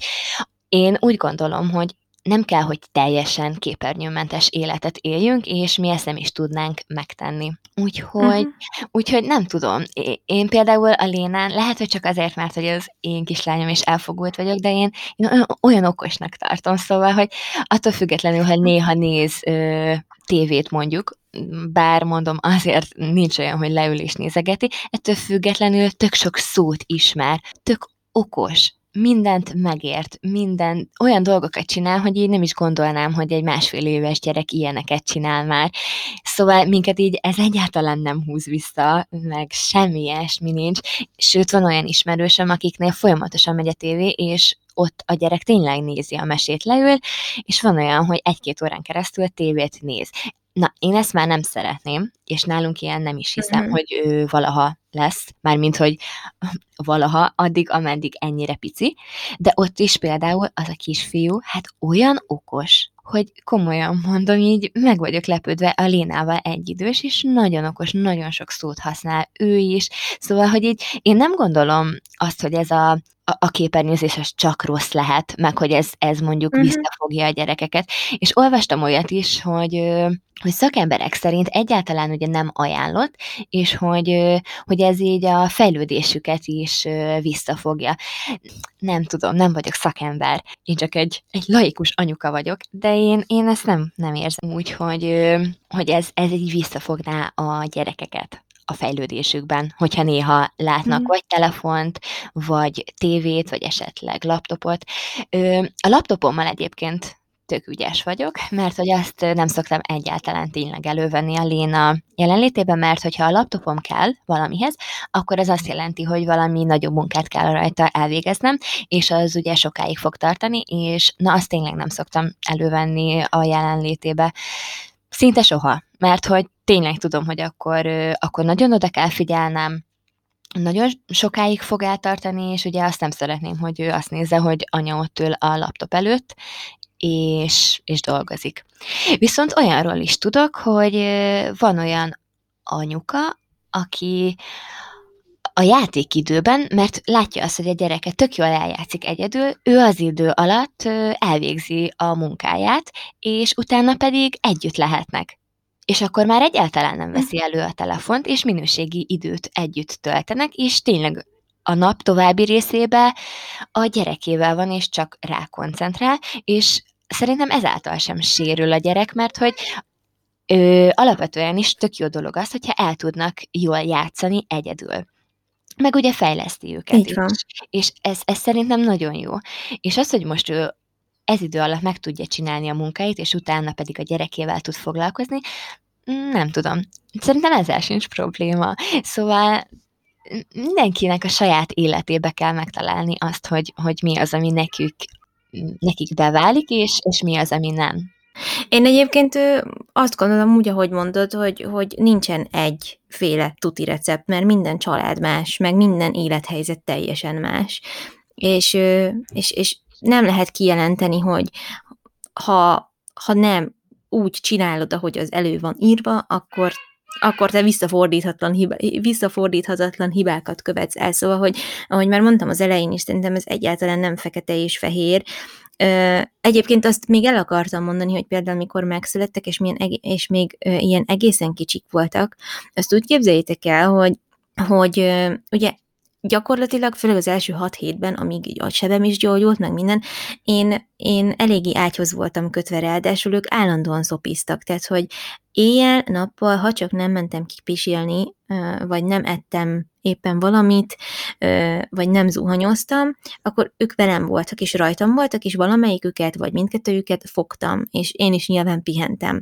én úgy gondolom, hogy nem kell, hogy teljesen képernyőmentes életet éljünk, és mi ezt nem is tudnánk megtenni. Úgyhogy Mhm. úgyhogy nem tudom. É én például a Lénán lehet, hogy csak azért, mert hogy az én kislányom és elfogult vagyok, de én én olyan olyan okosnak tartom, szóval, hogy attól függetlenül, hogy néha néz, ö, tévét mondjuk, bár mondom azért nincs olyan, hogy leül és nézegeti, ettől függetlenül tök sok szót ismer, tök okos, mindent megért, minden olyan dolgokat csinál, hogy így nem is gondolnám, hogy egy másfél éves gyerek ilyeneket csinál már. Szóval minket így ez egyáltalán nem húz vissza, meg semmi ilyesmi nincs, sőt, van olyan ismerősöm, akiknél folyamatosan megy a tévé, és ott a gyerek tényleg nézi a mesét, leül, és van olyan, hogy egy-két órán keresztül tévét néz. Na, én ezt már nem szeretném, és nálunk ilyen nem is hiszem, Mhm. hogy, ö, valaha lesz, mármint hogy valaha, addig, ameddig ennyire pici, de ott is például az a kisfiú, hát olyan okos, hogy komolyan mondom, így meg vagyok lepődve, a Lénával egyidős, és nagyon okos, nagyon sok szót használ ő is, szóval, hogy így én nem gondolom azt, hogy ez a a a képernyőzés az csak rossz lehet, meg hogy ez ez mondjuk Mhm. visszafogja a gyerekeket, és olvastam olyat is, hogy, ö, hogy szakemberek szerint egyáltalán ugye nem ajánlott, és hogy, ö, hogy ez így a fejlődésüket is, ö, visszafogja. Nem tudom, nem vagyok szakember, én csak egy egy laikus anyuka vagyok, de én én ezt nem nem érzem úgy, hogy, ö, hogy ez ez így visszafogná a gyerekeket. a fejlődésükben, hogyha néha látnak Mhm. vagy telefont, vagy tévét, vagy esetleg laptopot. Ö, a laptopommal egyébként tök ügyes vagyok, mert hogy azt nem szoktam egyáltalán tényleg elővenni a Léna jelenlétében, mert hogyha a laptopom kell valamihez, akkor az azt jelenti, hogy valami nagyobb munkát kell rajta elvégeznem, és az ugye sokáig fog tartani, és na azt tényleg nem szoktam elővenni a jelenlétébe. Szinte soha, mert hogy tényleg tudom, hogy akkor, ö, akkor nagyon oda kell figyelnem, nagyon sokáig fog eltartani, és ugye azt nem szeretném, hogy ő azt nézze, hogy anya ott ül a laptop előtt, és, és dolgozik. Viszont olyanról is tudok, hogy ö, van olyan anyuka, aki a játékidőben, mert látja azt, hogy a gyereke tök jól eljátszik egyedül, ő az idő alatt ö, elvégzi a munkáját, és utána pedig együtt lehetnek. És akkor már egyáltalán nem veszi elő a telefont, és minőségi időt együtt töltenek, és tényleg a nap további részébe a gyerekével van, és csak rá koncentrál, és szerintem ezáltal sem sérül a gyerek, mert hogy ö, alapvetően is tök jó dolog az, hogyha el tudnak jól játszani egyedül. Meg ugye fejleszti őket Így is, van. és ez, ez szerintem nagyon jó. És az, hogy most ő ez idő alatt meg tudja csinálni a munkáit, és utána pedig a gyerekével tud foglalkozni, mm, nem tudom. Szerintem ezzel sincs probléma. Szóval mindenkinek a saját életébe kell megtalálni azt, hogy, hogy mi az, ami nekük, nekik beválik, és, és mi az, ami nem. Én egyébként ö, azt gondolom úgy, ahogy mondod, hogy, hogy nincsen egyféle tuti recept, mert minden család más, meg minden élethelyzet teljesen más. És, ö, és, és nem lehet kijelenteni, hogy ha, ha nem úgy csinálod, ahogy az elő van írva, akkor akkor te visszafordíthatatlan, hiba, visszafordíthatatlan hibákat követsz el. Szóval, hogy ahogy már mondtam az elején is, szerintem ez egyáltalán nem fekete és fehér. Ö, egyébként azt még el akartam mondani, hogy például mikor megszülettek, és, milyen, és még ö, ilyen egészen kicsik voltak, azt úgy képzeljétek el, hogy, hogy ö, ugye gyakorlatilag, főleg az első hat hétben, amíg így a sebem is gyógyult, meg minden, én, én eléggé ágyhoz voltam kötve, ráadásul ők állandóan szopiztak, tehát, hogy éjjel-nappal, ha csak nem mentem kipisilni, vagy nem ettem éppen valamit, vagy nem zuhanyoztam, akkor ők velem voltak, és rajtam voltak, és valamelyiküket, vagy mindkettőjüket fogtam, és én is nyilván pihentem.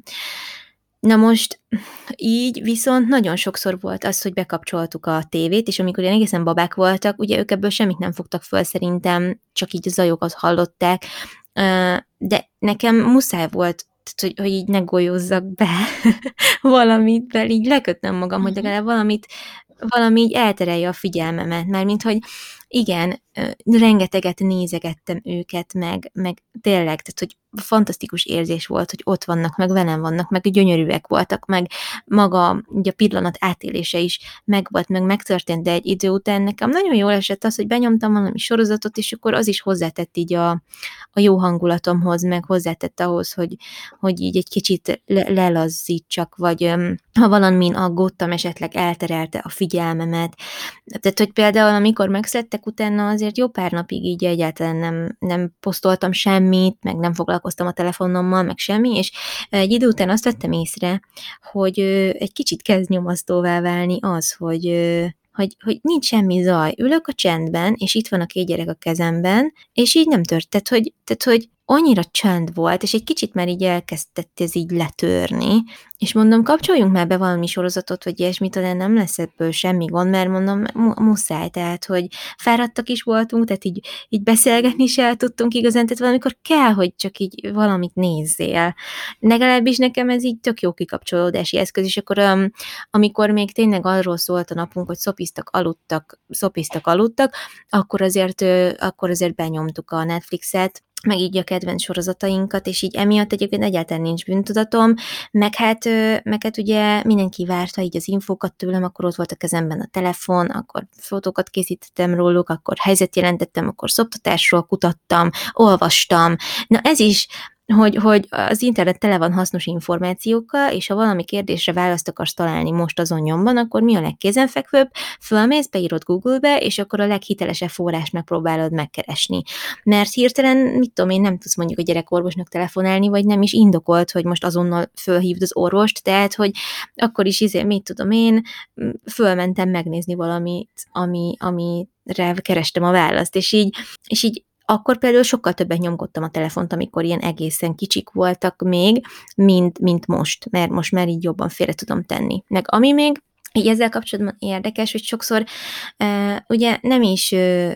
Na most így viszont nagyon sokszor volt az, hogy bekapcsoltuk a tévét, és amikor ilyen egészen babák voltak, ugye ők ebből semmit nem fogtak föl szerintem, csak így a zajokat hallották, de nekem muszáj volt, hogy, hogy így ne golyozzak be valamit, mert így lekötnem magam, hogy legalább valamit, valami így elterelje a figyelmemet, mert mint hogy igen, rengeteget nézegettem őket, meg, meg tényleg, tehát hogy fantasztikus érzés volt, hogy ott vannak, meg velem vannak, meg gyönyörűek voltak, meg maga ugye a pillanat átélése is megvolt, meg megtörtént, de egy idő után nekem nagyon jól esett az, hogy benyomtam valami sorozatot, és akkor az is hozzátett így a, a jó hangulatomhoz, meg hozzátett ahhoz, hogy, hogy így egy kicsit le, lelazzítsak, vagy um, ha valamin aggódtam, esetleg elterelte a figyelmemet. Tehát, hogy például amikor megszülettek, utána azért jó pár napig így egyáltalán nem, nem posztoltam semmit, meg nem foglalkoztam a telefonommal, meg semmi, és egy idő után azt vettem észre, hogy egy kicsit kezd nyomasztóvá válni az, hogy, hogy, hogy nincs semmi zaj. Ülök a csendben, és itt van a két gyerek a kezemben, és így nem tört. Tehát, hogy, tehát, hogy annyira csend volt, és egy kicsit már így elkezdett ez így letörni, és mondom, kapcsoljunk már be valami sorozatot, vagy ilyesmit, talán nem lesz ebből semmi gond, mert mondom, mu- muszáj, tehát, hogy fáradtak is voltunk, tehát így, így beszélgetni is el tudtunk igazán, tehát valamikor kell, hogy csak így valamit nézzél. Legalábbis nekem ez így tök jó kikapcsolódási eszköz, és akkor um, amikor még tényleg arról szólt a napunk, hogy szopiztak, aludtak, szopiztak, aludtak, akkor azért, uh, akkor azért benyomtuk a Netflixet, meg így a kedvenc sorozatainkat, és így emiatt egyébként egyáltalán nincs bűntudatom, meg hát, meg hát ugye mindenki várta így az infókat tőlem, akkor ott volt a kezemben a telefon, akkor fotókat készítettem róluk, akkor helyzetjelentettem, akkor szoptatásról kutattam, olvastam. Na ez is hogy hogy az internet tele van hasznos információkkal, és ha valami kérdésre választ akarsz találni most azon nyomban, akkor mi a legkézenfekvőbb? Fölmész, beírod Google-be, és akkor a leghitelesebb forrást megpróbálod megkeresni. Mert hirtelen, mit tudom én, nem tudsz mondjuk a gyerekorvosnak telefonálni, vagy nem is indokolt, hogy most azonnal fölhívd az orvost, tehát, hogy akkor is izé, mit tudom én, fölmentem megnézni valamit, ami, amire kerestem a választ, és így, és így akkor például sokkal többet nyomkodtam a telefont, amikor ilyen egészen kicsik voltak még, mint, mint most, mert most már így jobban félre tudom tenni. Meg ami még így ezzel kapcsolatban érdekes, hogy sokszor uh, ugye nem is uh,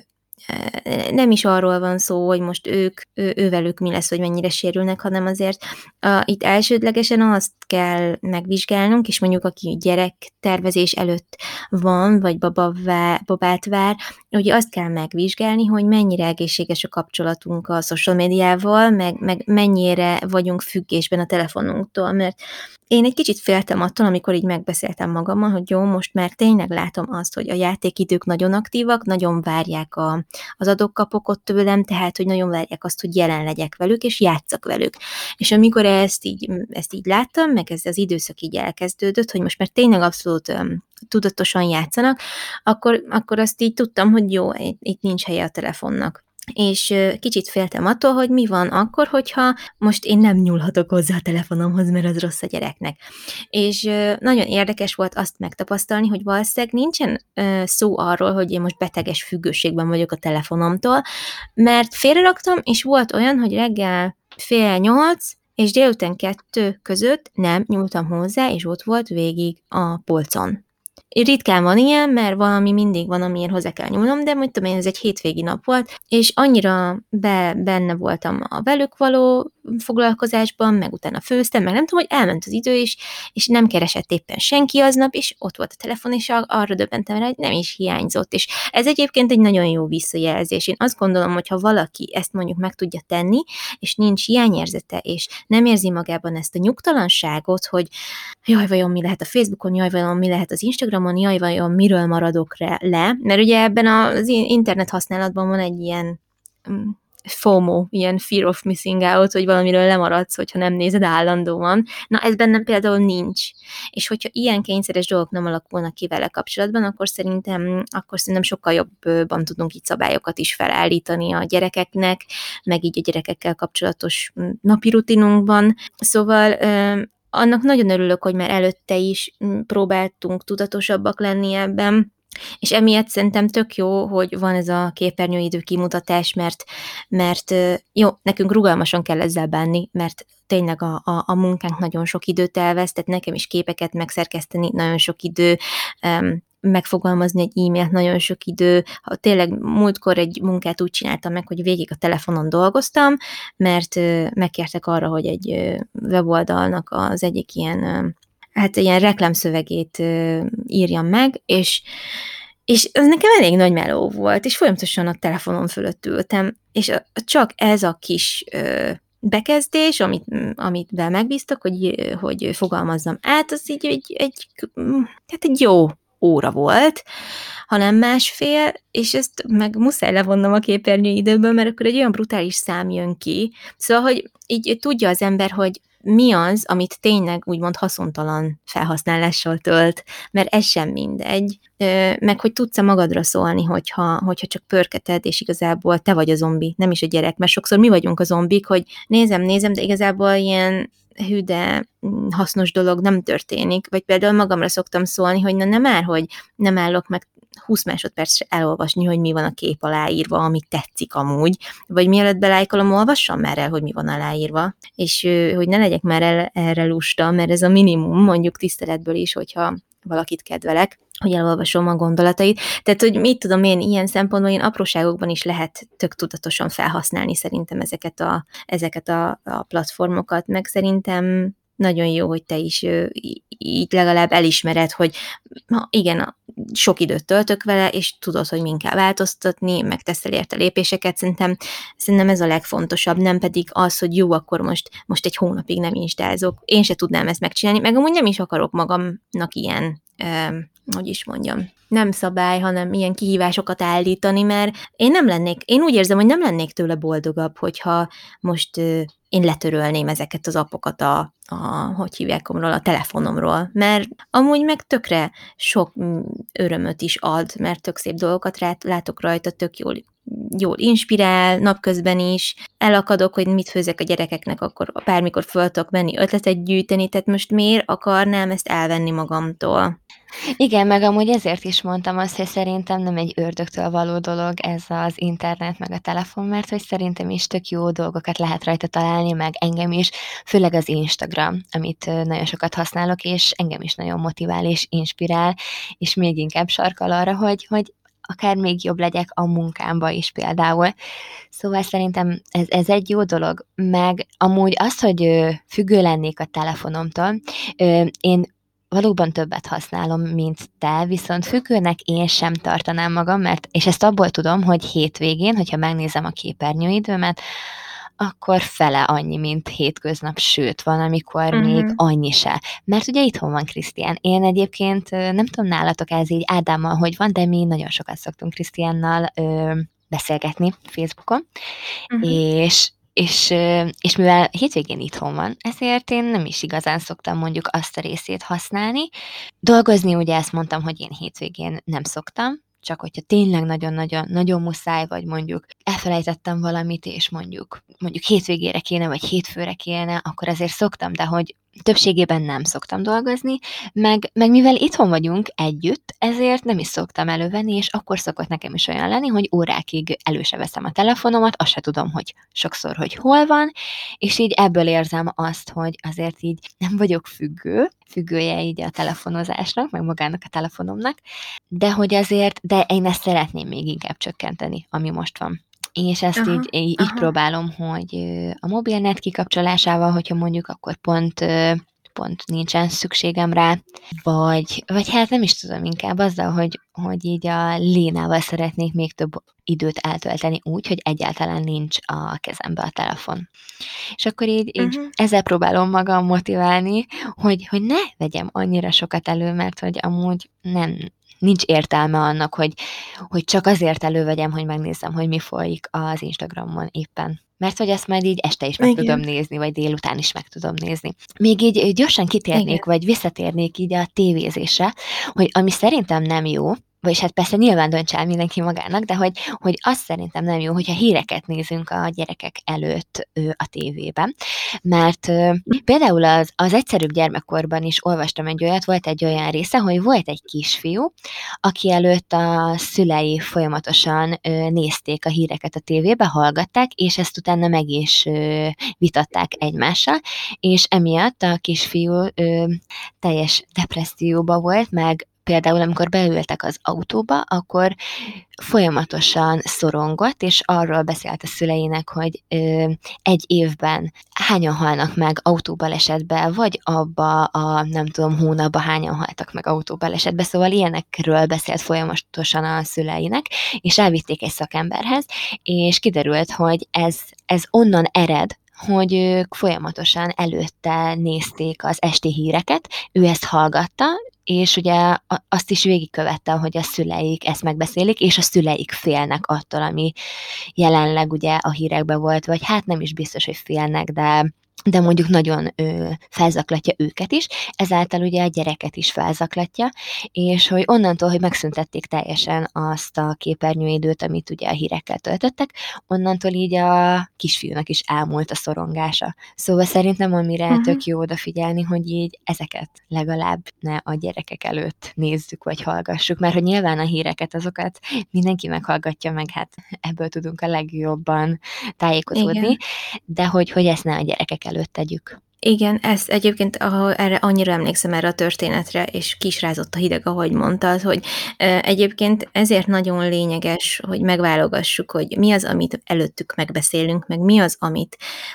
nem is arról van szó, hogy most ők, ő, ővelük mi lesz, hogy mennyire sérülnek, hanem azért uh, itt elsődlegesen azt kell megvizsgálnunk, és mondjuk aki gyerektervezés előtt van, vagy babavá, babát vár, ugye azt kell megvizsgálni, hogy mennyire egészséges a kapcsolatunk a social médiával, meg, meg mennyire vagyunk függésben a telefonunktól, mert én egy kicsit féltem attól, amikor így megbeszéltem magammal, hogy jó, most már tényleg látom azt, hogy a játékidők nagyon aktívak, nagyon várják a, az adok-kapokot tőlem, tehát, hogy nagyon várják azt, hogy jelen legyek velük, és játszak velük. És amikor ezt így, ezt így láttam, meg ez az időszak így elkezdődött, hogy most már tényleg abszolút um, tudatosan játszanak, akkor, akkor azt így tudtam, hogy jó, itt nincs helye a telefonnak. És kicsit féltem attól, hogy mi van akkor, hogyha most én nem nyúlhatok hozzá a telefonomhoz, mert az rossz a gyereknek. És nagyon érdekes volt azt megtapasztalni, hogy valószínűleg nincsen szó arról, hogy én most beteges függőségben vagyok a telefonomtól, mert félreraktam, és volt olyan, hogy reggel fél nyolc, és délután kettő között nem nyúltam hozzá, és ott volt végig a polcon. Ritkán van ilyen, mert valami mindig van, amiért hozzá kell nyúlnom, de mondtam én, ez egy hétvégi nap volt, és annyira be, benne voltam a velük való foglalkozásban, meg utána főztem, meg nem tudom, hogy elment az idő is, és nem keresett éppen senki aznap, és ott volt a telefon, és arra döbbentem rá, hogy nem is hiányzott, és ez egyébként egy nagyon jó visszajelzés. Én azt gondolom, hogy ha valaki ezt mondjuk meg tudja tenni, és nincs hiányérzete, és nem érzi magában ezt a nyugtalanságot, hogy jaj, vajon mi lehet a Facebookon, jaj, vajon mi lehet az Instagramon, jaj, vajon miről maradok le, mert ugye ebben az internet használatban van egy ilyen FOMO, ilyen fear of missing out, hogy valamiről lemaradsz, hogyha nem nézed állandóan. Na, ez bennem például nincs. És hogyha ilyen kényszeres dolgok nem alakulnak ki vele kapcsolatban, akkor szerintem, akkor szerintem sokkal jobban tudunk így szabályokat is felállítani a gyerekeknek, meg így a gyerekekkel kapcsolatos napi rutinunkban. Szóval annak nagyon örülök, hogy már előtte is próbáltunk tudatosabbak lenni ebben, és emiatt szerintem tök jó, hogy van ez a képernyőidő kimutatás, mert, mert jó, nekünk rugalmasan kell ezzel bánni, mert tényleg a, a, a munkánk nagyon sok időt elvesz, tehát nekem is képeket megszerkeszteni nagyon sok idő, um, megfogalmazni egy e-mailt nagyon sok idő. Ha tényleg múltkor egy munkát úgy csináltam meg, hogy végig a telefonon dolgoztam, mert uh, megkértek arra, hogy egy uh, weboldalnak az egyik ilyen uh, hát ilyen reklámszövegét uh, írjam meg, és, és ez nekem elég nagy meló volt, és folyamatosan a telefonon fölött ültem, és a, csak ez a kis uh, bekezdés, amit, amit be megbíztak, hogy, hogy fogalmazzam át, az így egy, egy, hát egy jó óra volt, hanem másfél, és ezt meg muszáj levonnom a képernyőidőből, mert akkor egy olyan brutális szám jön ki. Szóval, hogy így tudja az ember, hogy mi az, amit tényleg úgymond haszontalan felhasználással tölt, mert ez sem mindegy, meg hogy tudsz-e magadra szólni, hogyha, hogyha csak pörketed, és igazából te vagy a zombi, nem is a gyerek, mert sokszor mi vagyunk a zombik, hogy nézem, nézem, de igazából ilyen hű, de hasznos dolog nem történik, vagy például magamra szoktam szólni, hogy na nem már, hogy nem állok meg húsz másodpercre elolvasni, hogy mi van a kép aláírva, ami tetszik amúgy, vagy mielőtt belájkolom, olvassam már el, hogy mi van aláírva, és hogy ne legyek már el, erre lusta, mert ez a minimum, mondjuk tiszteletből is, hogyha valakit kedvelek, hogy elolvasom a gondolatait. Tehát, hogy mit tudom én, ilyen szempontból én apróságokban is lehet tök tudatosan felhasználni szerintem ezeket a, ezeket a, a platformokat, meg szerintem nagyon jó, hogy te is így legalább elismered, hogy igen, sok időt töltök vele, és tudod, hogy min kell változtatni, meg teszel érte lépéseket, szerintem, szerintem ez a legfontosabb, nem pedig az, hogy jó, akkor most, most egy hónapig nem instázok. Én se tudnám ezt megcsinálni, meg amúgy nem is akarok magamnak ilyen, eh, hogy is mondjam, nem szabály, hanem ilyen kihívásokat állítani, mert én nem lennék, én úgy érzem, hogy nem lennék tőle boldogabb, hogyha most ö, én letörölném ezeket az appokat a, a hogy hívják omról, a telefonomról, mert amúgy meg tökre sok mm, örömöt is ad, mert tök szép dolgokat rá, látok rajta, tök jól jól inspirál, napközben is, elakadok, hogy mit főzek a gyerekeknek, akkor bármikor föl tudok menni ötletet gyűjteni, tehát most miért akarnám ezt elvenni magamtól? Igen, meg amúgy ezért is mondtam azt, hogy szerintem nem egy ördögtől való dolog ez az internet, meg a telefon, mert hogy szerintem is tök jó dolgokat lehet rajta találni, meg engem is, főleg az Instagram, amit ö, nagyon sokat használok, és engem is nagyon motivál és inspirál, és még inkább sarkal arra, hogy, hogy akár még jobb legyek a munkámba is például. Szóval szerintem ez, ez egy jó dolog, meg amúgy az, hogy ö, függő lennék a telefonomtól, ö, én valóban többet használom, mint te, viszont függőnek én sem tartanám magam, mert és ezt abból tudom, hogy hétvégén, hogyha megnézem a képernyőidőmet, akkor fele annyi, mint hétköznap, sőt, van, amikor még Uh-huh. annyi se. Mert ugye itthon van Krisztián. Én egyébként ö, nem tudom nálatok ez így Ádámmal, hogy van, de mi nagyon sokat szoktunk Krisztiánnal ö, beszélgetni Facebookon, Uh-huh. és és, ö, és mivel hétvégén itthon van, ezért én nem is igazán szoktam mondjuk azt a részét használni. Dolgozni ugye ezt mondtam, hogy én hétvégén nem szoktam, csak hogyha tényleg nagyon-nagyon nagyon muszáj, vagy mondjuk elfelejtettem valamit, és mondjuk mondjuk hétvégére kéne, vagy hétfőre kéne, akkor azért szoktam, de hogy többségében nem szoktam dolgozni, meg, meg mivel itthon vagyunk együtt, ezért nem is szoktam elővenni, és akkor szokott nekem is olyan lenni, hogy órákig elő se veszem a telefonomat, azt se tudom, hogy sokszor, hogy hol van, és így ebből érzem azt, hogy azért így nem vagyok függő, függője így a telefonozásnak, meg magának a telefonomnak, de hogy azért, de én ezt szeretném még inkább csökkenteni, ami most van. És ezt Aha, így, így, így aha. próbálom, hogy ö, a mobilnet kikapcsolásával, hogyha mondjuk akkor pont, ö, pont nincsen szükségem rá, vagy, vagy hát nem is tudom, inkább azzal, hogy, hogy így a Lénával szeretnék még több időt eltölteni úgy, hogy egyáltalán nincs a kezembe a telefon. És akkor így, így Uh-huh. ezzel próbálom magam motiválni, hogy, hogy ne vegyem annyira sokat elő, mert hogy amúgy nem, nincs értelme annak, hogy, hogy csak azért elővegyem, hogy megnézzem, hogy mi folyik az Instagramon éppen. Mert hogy ezt majd így este is meg tudom Igen. nézni, vagy délután is meg tudom nézni. Még így gyorsan Igen. kitérnék, vagy visszatérnék így a tévézésre, hogy ami szerintem nem jó, vagyis hát persze nyilván dönts el mindenki magának, de hogy, hogy azt szerintem nem jó, hogyha híreket nézünk a gyerekek előtt ö, a tévében. Mert ö, például az, az egyszerűbb gyermekkorban is olvastam egy olyat, volt egy olyan része, hogy volt egy kisfiú, aki előtt a szülei folyamatosan ö, nézték a híreket a tévébe, hallgatták, és ezt utána meg is ö, vitatták egymással, és emiatt a kisfiú ö, teljes depresszióba volt, meg például amikor beültek az autóba, akkor folyamatosan szorongott, és arról beszélt a szüleinek, hogy ö, egy évben hányan halnak meg autóbalesetben, vagy abba a nem tudom hónapban hányan haltak meg autóbalesetben, szóval ilyenekről beszélt folyamatosan a szüleinek, és elvitték egy szakemberhez, és kiderült, hogy ez, ez onnan ered, hogy ők folyamatosan előtte nézték az esti híreket, ő ezt hallgatta, és ugye azt is végigkövette, hogy a szüleik ezt megbeszélik, és a szüleik félnek attól, ami jelenleg ugye a hírekben volt, vagy hát nem is biztos, hogy félnek, de de mondjuk nagyon ö, felzaklatja őket is, ezáltal ugye a gyereket is felzaklatja, és hogy onnantól, hogy megszüntették teljesen azt a képernyőidőt, amit ugye a hírekkel töltöttek, onnantól így a kisfiúnak is elmúlt a szorongása. Szóval szerintem amire Uh-huh. tök jó odafigyelni, hogy így ezeket legalább ne a gyerekek előtt nézzük vagy hallgassuk, mert hogy nyilván a híreket azokat mindenki meghallgatja, meg hát ebből tudunk a legjobban tájékozódni, Igen. de hogy, hogy ezt ne a gyerekek előtt tegyük. Igen, ezt egyébként ahol erre annyira emlékszem erre a történetre, és ki is rázott a hideg, ahogy mondtad, hogy ö, egyébként ezért nagyon lényeges, hogy megválogassuk, hogy mi az, amit előttük megbeszélünk, meg mi az, amit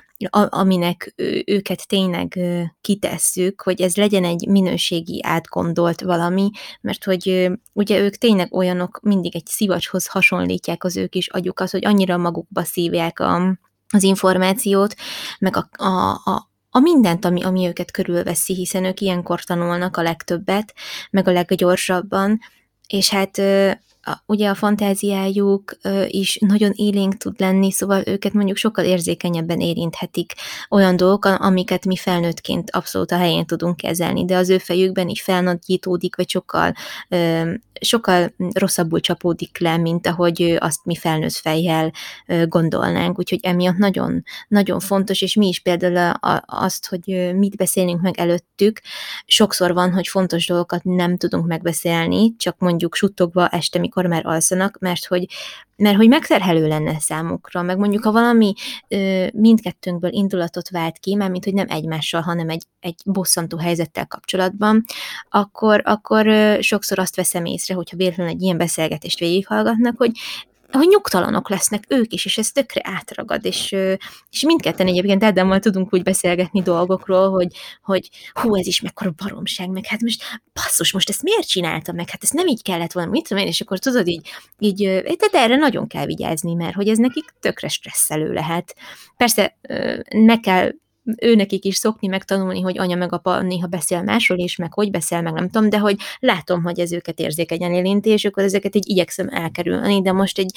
a, aminek ő, őket tényleg ö, kitesszük, hogy ez legyen egy minőségi átgondolt valami, mert hogy ö, ugye ők tényleg olyanok, mindig egy szivacshoz hasonlítják az ő kis agyukat, hogy annyira magukba szívják a, az információt, meg a, a, a a mindent, ami, ami őket körülveszi, hiszen ők ilyenkor tanulnak a legtöbbet, meg a leggyorsabban, És hát a, ugye a fantáziájuk is nagyon élénk tud lenni, szóval őket mondjuk sokkal érzékenyebben érinthetik olyan dolgok, amiket mi felnőttként abszolút a helyén tudunk kezelni, de az ő fejükben is felnagyítódik, vagy sokkal, sokkal rosszabbul csapódik le, mint ahogy azt mi felnőtt fejjel gondolnánk, úgyhogy emiatt nagyon, nagyon fontos, és mi is például azt, hogy mit beszélünk meg előttük, sokszor van, hogy fontos dolgokat nem tudunk megbeszélni, csak mondjuk suttogva este, mikor már alszanak, mert hogy, mert hogy megterhelő lenne számukra, meg mondjuk ha valami ö, mindkettőnkből indulatot vált ki, már mint hogy nem egymással, hanem egy, egy bosszantó helyzettel kapcsolatban, akkor, akkor ö, sokszor azt veszem észre, hogyha véletlenül egy ilyen beszélgetést végighallgatnak, hogy hogy nyugtalanok lesznek ők is, és ez tökre átragad, és, és mindketten egyébként Ádámmal tudunk úgy beszélgetni dolgokról, hogy, hogy hú, ez is mekkora baromság, meg hát most basszus, most ezt miért csináltam meg, hát ezt nem így kellett volna, mit tudom én, és akkor tudod így, így de erre nagyon kell vigyázni, mert hogy ez nekik tökre stresszelő lehet. Persze ne kell őnekik is szokni megtanulni, hogy anya meg apa néha beszél másról, és meg hogy beszél, meg nem tudom, de hogy látom, hogy ez őket érzékenyen érinti, és akkor ezeket így igyekszem elkerülni, de most egy,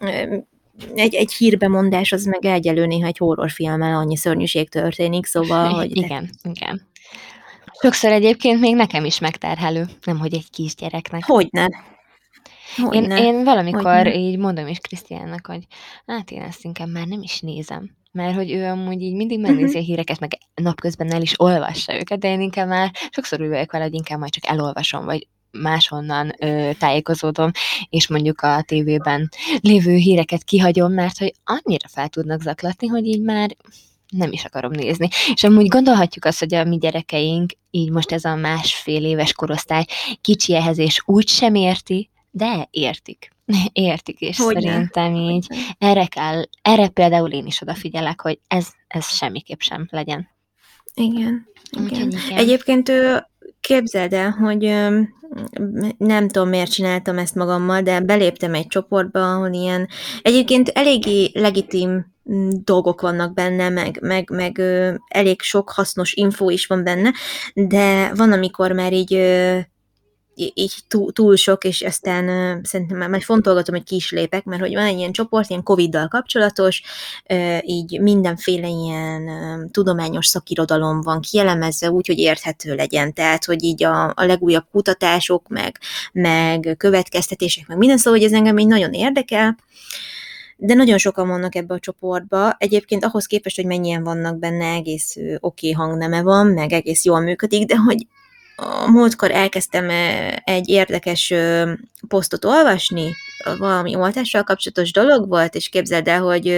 egy, egy hírbemondás, az meg egyelő néha egy horrorfilmmel annyi szörnyűség történik, szóval, hogy... Igen, de... igen. Sokszor egyébként még nekem is megterhelő, nemhogy egy kisgyereknek. Hogyne. Hogyne. Én, én valamikor Hogyne. így mondom is Krisztiánnak, hogy hát én ezt inkább már nem is nézem. Mert hogy ő amúgy így mindig megnézi uh-huh. a híreket, meg napközben el is olvassa őket, de én inkább már sokszor úgy vagyok vele, hogy inkább majd csak elolvasom, vagy máshonnan ö, tájékozódom, és mondjuk a tévében lévő híreket kihagyom, mert hogy annyira fel tudnak zaklatni, hogy így már nem is akarom nézni. És amúgy gondolhatjuk azt, hogy a mi gyerekeink, így most ez a másfél éves korosztály kicsi ehhez, és úgy sem érti, de értik. Értik, és Hogyne. Szerintem így erre kell, erre például én is odafigyelek, hogy ez, ez semmiképp sem legyen. Igen. igen. igen. Egyébként ő képzeld el, hogy nem tudom, miért csináltam ezt magammal, de beléptem egy csoportba, ahol ilyen egyébként eléggé legitim dolgok vannak benne, meg, meg, meg ö, elég sok hasznos infó is van benne, de van, amikor már így ö, így túl, túl sok, és aztán uh, szerintem már majd fontolgatom, hogy ki is lépek, mert hogy van egy ilyen csoport, ilyen Coviddal kapcsolatos, uh, így mindenféle ilyen uh, tudományos szakirodalom van kielemezve úgy, hogy érthető legyen, tehát, hogy így a, a legújabb kutatások, meg, meg következtetések, meg minden, szóval, hogy ez engem így nagyon érdekel, de nagyon sokan vannak ebbe a csoportba. Egyébként ahhoz képest, hogy mennyien vannak benne, egész oké okay hangneme van, meg egész jól működik, de hogy a múltkor elkezdtem egy érdekes posztot olvasni, valami oltással kapcsolatos dolog volt, és képzeld el, hogy,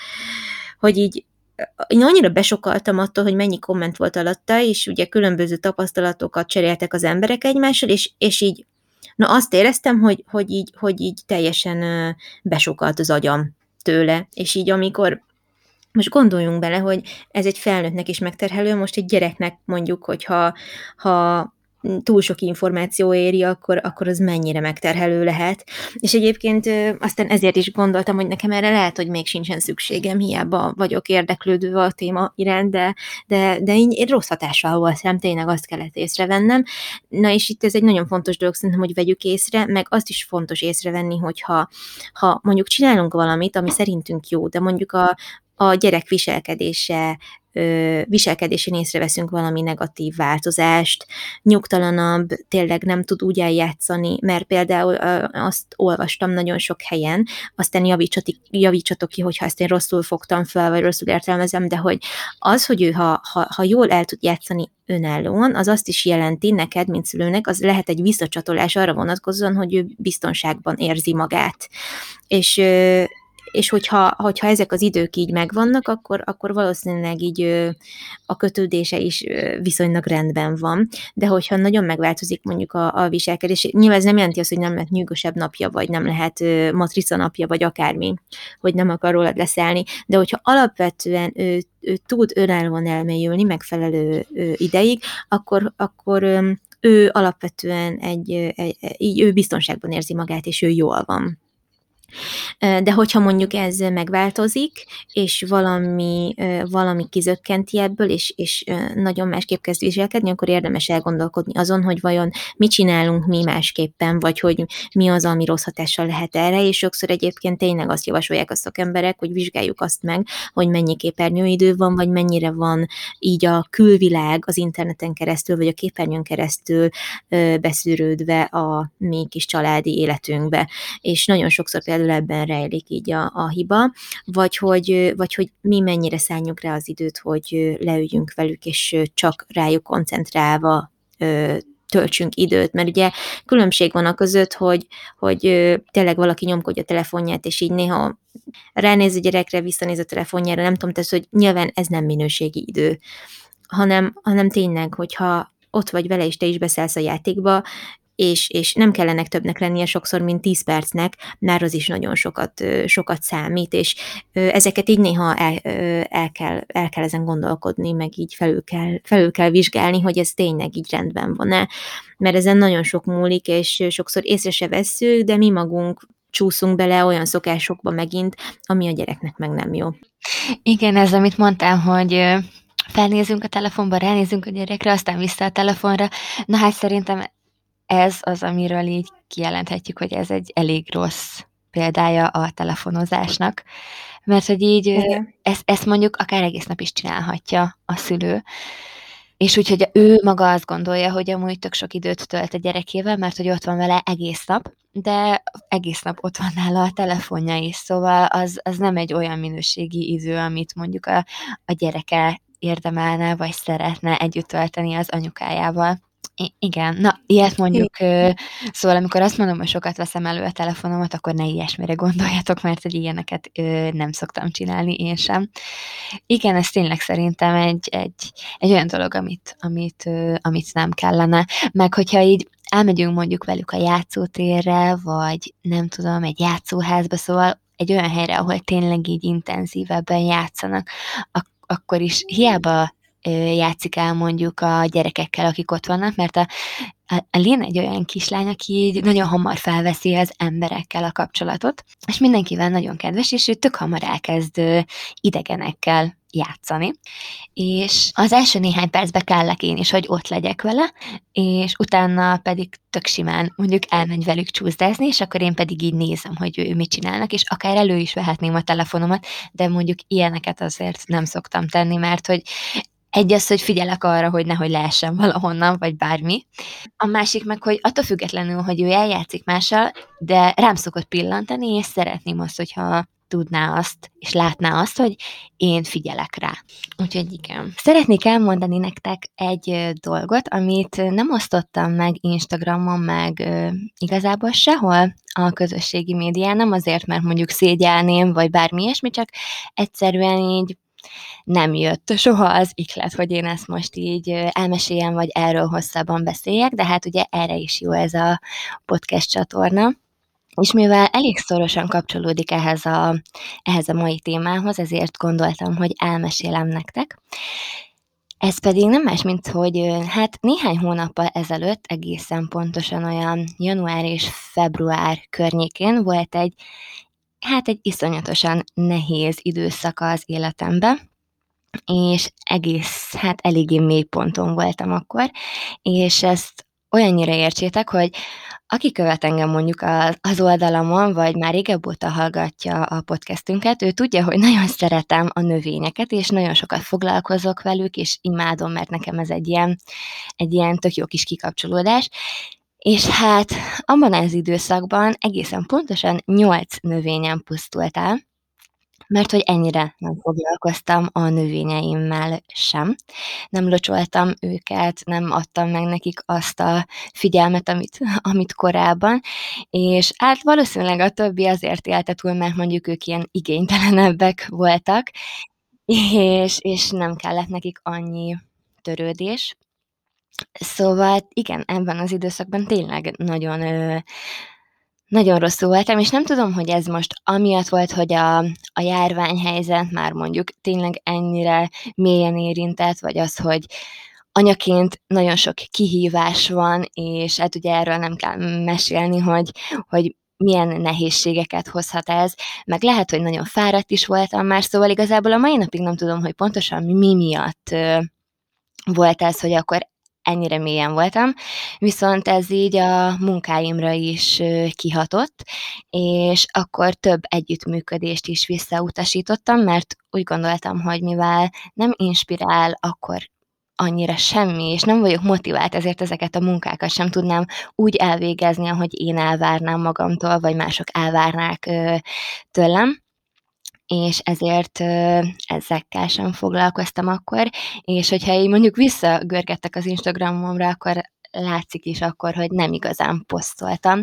hogy így én annyira besokaltam attól, hogy mennyi komment volt alatta, és ugye különböző tapasztalatokat cseréltek az emberek egymással, és, és így, na azt éreztem, hogy, hogy, így, hogy így teljesen besokalt az agyam tőle, és így amikor most gondoljunk bele, hogy ez egy felnőttnek is megterhelő, most egy gyereknek mondjuk, hogyha ha túl sok információ éri, akkor, akkor az mennyire megterhelő lehet. És egyébként aztán ezért is gondoltam, hogy nekem erre lehet, hogy még sincsen szükségem, hiába vagyok érdeklődő a téma iránt, de, de, de így rossz hatással volt rám, tényleg azt kellett észrevennem. Na és itt ez egy nagyon fontos dolog szerintem, hogy vegyük észre, meg azt is fontos észrevenni, hogyha ha mondjuk csinálunk valamit, ami szerintünk jó, de mondjuk a, a gyerek viselkedése, viselkedésén észreveszünk valami negatív változást, nyugtalanabb, tényleg nem tud úgy eljátszani, mert például azt olvastam nagyon sok helyen, aztán javítsatok, javítsatok ki, hogyha ezt én rosszul fogtam fel, vagy rosszul értelmezem, de hogy az, hogy ő ha, ha, ha jól el tud játszani önállóan, az azt is jelenti neked, mint szülőnek, az lehet egy visszacsatolás arra vonatkozóan, hogy ő biztonságban érzi magát. És és hogyha, hogyha ezek az idők így megvannak, akkor, akkor valószínűleg így ö, a kötődése is ö, viszonylag rendben van, de hogyha nagyon megváltozik mondjuk a, a viselkedés, nyilván ez nem jelenti azt, hogy nem lehet nyűgösebb napja, vagy nem lehet ö, matrica napja, vagy akármi, hogy nem akar rólad leszállni, de hogyha alapvetően ő, ő tud önállóan elmélyülni megfelelő ö, ideig, akkor, akkor ö, ő alapvetően egy, egy, így ő biztonságban érzi magát, és ő jól van. De hogyha mondjuk ez megváltozik, és valami valami kizökkenti ebből, és és nagyon másképp kezd viselkedni, akkor érdemes elgondolkodni azon, hogy vajon mit csinálunk mi másképpen, vagy hogy mi az, ami rossz hatással lehet erre, és sokszor egyébként tényleg azt javasolják a szakemberek, hogy vizsgáljuk azt meg, hogy mennyi képernyőidő van, vagy mennyire van így a külvilág az interneten keresztül, vagy a képernyőn keresztül beszűrődve a mi kis családi életünkbe. És nagyon sokszor például ebben rejlik így a, a hiba, vagy hogy, vagy hogy mi mennyire szánjuk rá az időt, hogy leüljünk velük, és csak rájuk koncentrálva töltsünk időt, mert ugye különbség van a között, hogy, hogy tényleg valaki nyomkodja a telefonját, és így néha ránéz a gyerekre, visszanéz a telefonjára, nem tudom, tesz, hogy nyilván ez nem minőségi idő, hanem, hanem tényleg, hogyha ott vagy vele, és te is beszélsz a játékba, és, és nem kellene többnek lennie sokszor, mint tíz percnek, már az is nagyon sokat, sokat számít, és ezeket így néha el, el, kell, el kell ezen gondolkodni, meg így felül kell, felül kell vizsgálni, hogy ez tényleg így rendben van-e, mert ezen nagyon sok múlik, és sokszor észre se vesszük, de mi magunk csúszunk bele olyan szokásokba megint, ami a gyereknek meg nem jó. Igen, ez, amit mondtál, hogy felnézünk a telefonba, ránézünk a gyerekre, aztán vissza a telefonra. Na hát szerintem ez az, amiről így kijelenthetjük, hogy ez egy elég rossz példája a telefonozásnak, mert hogy így ezt, ezt mondjuk akár egész nap is csinálhatja a szülő, és úgyhogy ő maga azt gondolja, hogy amúgy tök sok időt tölt a gyerekével, mert hogy ott van vele egész nap, de egész nap ott van nála a telefonja is, szóval az, az nem egy olyan minőségi idő, amit mondjuk a, a gyereke érdemelne, vagy szeretne együtt tölteni az anyukájával. I- igen, na, ilyet mondjuk, ö, szóval amikor azt mondom, hogy sokat veszem elő a telefonomat, akkor ne ilyesmire gondoljatok, mert hogy ilyeneket ö, nem szoktam csinálni én sem. Igen, ez tényleg szerintem egy, egy, egy olyan dolog, amit, amit, ö, amit nem kellene. Meg hogyha így elmegyünk mondjuk velük a játszótérre, vagy nem tudom, egy játszóházba, szóval egy olyan helyre, ahol tényleg így intenzívebben játszanak, ak- akkor is hiába játszik el mondjuk a gyerekekkel, akik ott vannak, mert a, a, a Lén egy olyan kislány, aki így nagyon hamar felveszi az emberekkel a kapcsolatot, és mindenkivel nagyon kedves, és ő tök hamar elkezd idegenekkel játszani, és az első néhány percben kellek én is, hogy ott legyek vele, és utána pedig tök simán mondjuk elmegy velük csúszdázni, és akkor én pedig így nézem, hogy ő mit csinálnak, és akár elő is vehetném a telefonomat, de mondjuk ilyeneket azért nem szoktam tenni, mert hogy egy az, hogy figyelek arra, hogy nehogy leessen valahonnan, vagy bármi. A másik meg, hogy attól függetlenül, hogy ő eljátszik mással, de rám szokott pillantani, és szeretném azt, hogyha tudná azt, és látná azt, hogy én figyelek rá. Úgyhogy igen. Szeretnék elmondani nektek egy dolgot, amit nem osztottam meg Instagramon, meg ö, igazából sehol a közösségi médián, nem azért, mert mondjuk szégyelném, vagy bármi ilyesmi, csak egyszerűen így nem jött soha az iklet, hogy én ezt most így elmeséljem, vagy erről hosszabban beszéljek, de hát ugye erre is jó ez a podcast csatorna. És mivel elég szorosan kapcsolódik ehhez a, ehhez a mai témához, ezért gondoltam, hogy elmesélem nektek. Ez pedig nem más, mint hogy hát néhány hónappal ezelőtt, egészen pontosan olyan január és február környékén volt egy, hát egy iszonyatosan nehéz időszak az életemben, és egész, hát eléggé mély ponton voltam akkor, és ezt olyannyira értsétek, hogy aki követ engem mondjuk az, az oldalamon, vagy már régebb óta hallgatja a podcastünket, ő tudja, hogy nagyon szeretem a növényeket, és nagyon sokat foglalkozok velük, és imádom, mert nekem ez egy ilyen, egy ilyen tök jó kis kikapcsolódás. És hát abban az időszakban egészen pontosan nyolc növényem pusztult el, mert hogy ennyire nem foglalkoztam a növényeimmel sem. Nem locsoltam őket, nem adtam meg nekik azt a figyelmet, amit, amit korábban, és hát valószínűleg a többi azért élte túl, mert mondjuk ők ilyen igénytelenebbek voltak, és, és nem kellett nekik annyi törődés. Szóval igen, ebben az időszakban tényleg nagyon ö, nagyon rosszul voltam, és nem tudom, hogy ez most amiatt volt, hogy a, a járványhelyzet már mondjuk tényleg ennyire mélyen érintett, vagy az, hogy anyaként nagyon sok kihívás van, és hát ugye erről nem kell mesélni, hogy, hogy milyen nehézségeket hozhat ez, meg lehet, hogy nagyon fáradt is voltam már, szóval igazából a mai napig nem tudom, hogy pontosan mi miatt ö, volt ez, hogy akkor ennyire mélyen voltam, viszont ez így a munkáimra is ö, kihatott, és akkor több együttműködést is visszautasítottam, mert úgy gondoltam, hogy mivel nem inspirál akkor annyira semmi, és nem vagyok motivált, ezért ezeket a munkákat sem tudnám úgy elvégezni, ahogy én elvárnám magamtól, vagy mások elvárnák ö, tőlem, és ezért ö, ezekkel sem foglalkoztam akkor, és hogyha így mondjuk visszagörgettek az Instagramomra, akkor látszik is akkor, hogy nem igazán posztoltam,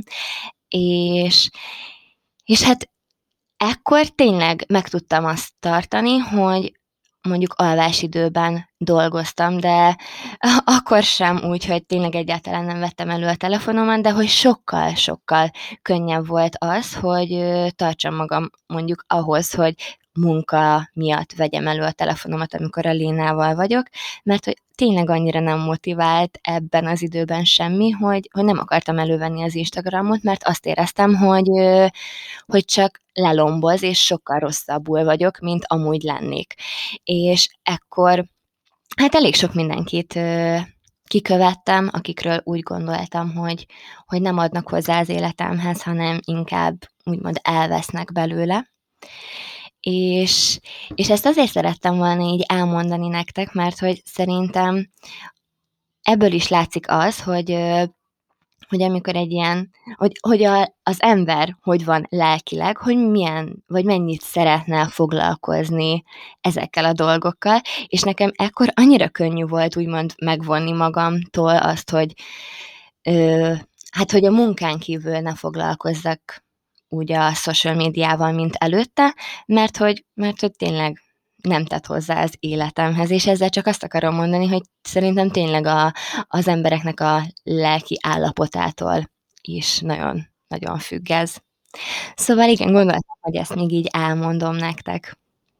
és és hát ekkor tényleg meg tudtam azt tartani, hogy mondjuk alvásidőben dolgoztam, de a akkor sem úgy, hogy tényleg egyáltalán nem vettem elő a telefonomat, de hogy sokkal-sokkal könnyebb volt az, hogy ö, tartsam magam mondjuk ahhoz, hogy munka miatt vegyem elő a telefonomat, amikor a Lénával vagyok, mert hogy tényleg annyira nem motivált ebben az időben semmi, hogy hogy nem akartam elővenni az Instagramot, mert azt éreztem, hogy ö, hogy csak lelomboz, és sokkal rosszabbul vagyok, mint amúgy lennék. És ekkor, hát elég sok mindenkit ö, kikövettem, akikről úgy gondoltam, hogy hogy nem adnak hozzá az életemhez, hanem inkább úgymond elvesznek belőle. És és ezt azért szerettem volna így elmondani nektek, mert hogy szerintem ebből is látszik az, hogy ö, hogy amikor egy ilyen hogy hogy a az ember hogy van lelkileg, hogy milyen vagy mennyit szeretne foglalkozni ezekkel a dolgokkal, és nekem ekkor annyira könnyű volt úgymond megvonni magamtól azt, hogy ö, hát, hogy a munkán kívül ne foglalkozzak úgy a social médiával, mint előtte, mert hogy mert hogy tényleg nem tett hozzá az életemhez, és ezzel csak azt akarom mondani, hogy szerintem tényleg a az embereknek a lelki állapotától is nagyon nagyon függ ez. Szóval igen, gondoltam, hogy ezt még így elmondom nektek.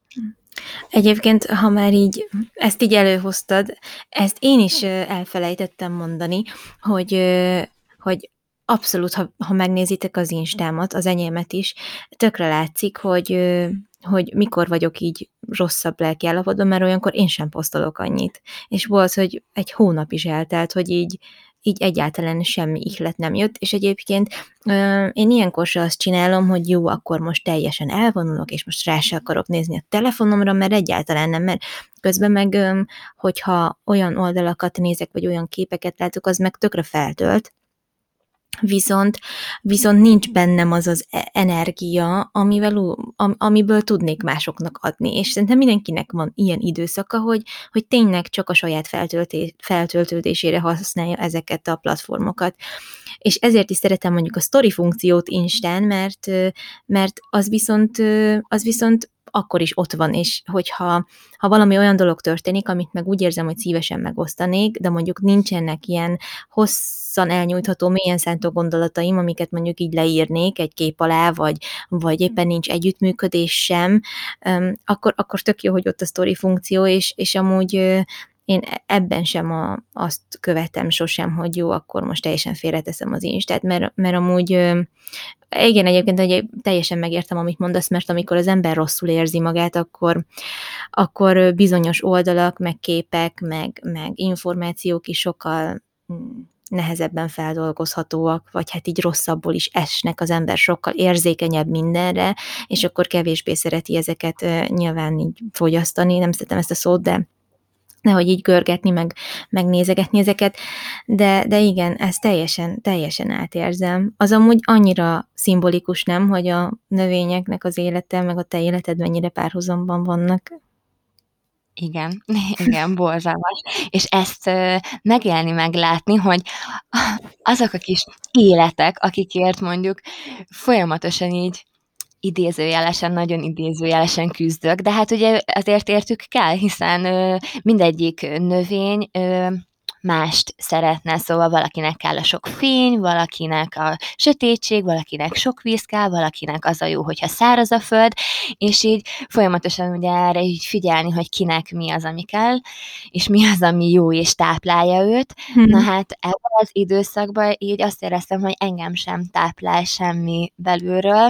Egyébként, ha már így ezt így előhoztad, ezt én is ö, elfelejtettem mondani, hogy, ö, hogy abszolút, ha, ha megnézitek az Instámat, az enyémet is, tökre látszik, hogy, ö, hogy mikor vagyok így rosszabb lelkiállapotban, mert olyankor én sem posztolok annyit. És volt, hogy egy hónap is eltelt, hogy így, így egyáltalán semmi ihlet nem jött, és egyébként ö, én ilyenkor se azt csinálom, hogy jó, akkor most teljesen elvonulok, és most rá se akarok nézni a telefonomra, mert egyáltalán nem, mert közben meg, ö, hogyha olyan oldalakat nézek, vagy olyan képeket látok, az meg tökre feltölt, Viszont, viszont nincs bennem az az e- energia, amivel, ú- am, amiből tudnék másoknak adni. És szerintem mindenkinek van ilyen időszaka, hogy, hogy tényleg csak a saját feltölté, feltöltődésére használja ezeket a platformokat. És ezért is szeretem mondjuk a story funkciót Instán, mert, ö, mert az viszont, ö, az viszont akkor is ott van, és hogyha ha valami olyan dolog történik, amit meg úgy érzem, hogy szívesen megosztanék, de mondjuk nincsenek ilyen hosszan elnyújtható, mélyen szántó gondolataim, amiket mondjuk így leírnék egy kép alá, vagy, vagy éppen nincs együttműködés sem, öm, akkor, akkor tök jó, hogy ott a story funkció, és, és amúgy ö, én ebben sem a, azt követem sosem, hogy jó, akkor most teljesen félreteszem az Instát, mert, mert amúgy ö, igen, egyébként hogy teljesen megértem, amit mondasz, mert amikor az ember rosszul érzi magát, akkor, akkor bizonyos oldalak, meg képek, meg, meg információk is sokkal mm, nehezebben feldolgozhatóak, vagy hát így rosszabbul is esnek, az ember sokkal érzékenyebb mindenre, és akkor kevésbé szereti ezeket uh, nyilván így fogyasztani, nem szeretem ezt a szót, de nehogy így görgetni, meg, meg nézegetni ezeket, de, de igen, ezt teljesen, teljesen átérzem. Az amúgy annyira szimbolikus, nem, hogy a növényeknek az élete, meg a te életed mennyire párhuzamban vannak. Igen, igen, borzalmas. És ezt ö, megélni, meglátni, hogy azok a kis életek, akikért mondjuk folyamatosan így idézőjelesen, nagyon idézőjelesen küzdök, de hát ugye azért értük kell, hiszen ö, mindegyik növény ö, mást szeretne, szóval valakinek kell a sok fény, valakinek a sötétség, valakinek sok víz kell, valakinek az a jó, hogyha száraz a föld, és így folyamatosan ugye erre így figyelni, hogy kinek mi az, ami kell, és mi az, ami jó és táplálja őt. Na Mhm. hát ebben az időszakban így azt éreztem, hogy engem sem táplál semmi belülről,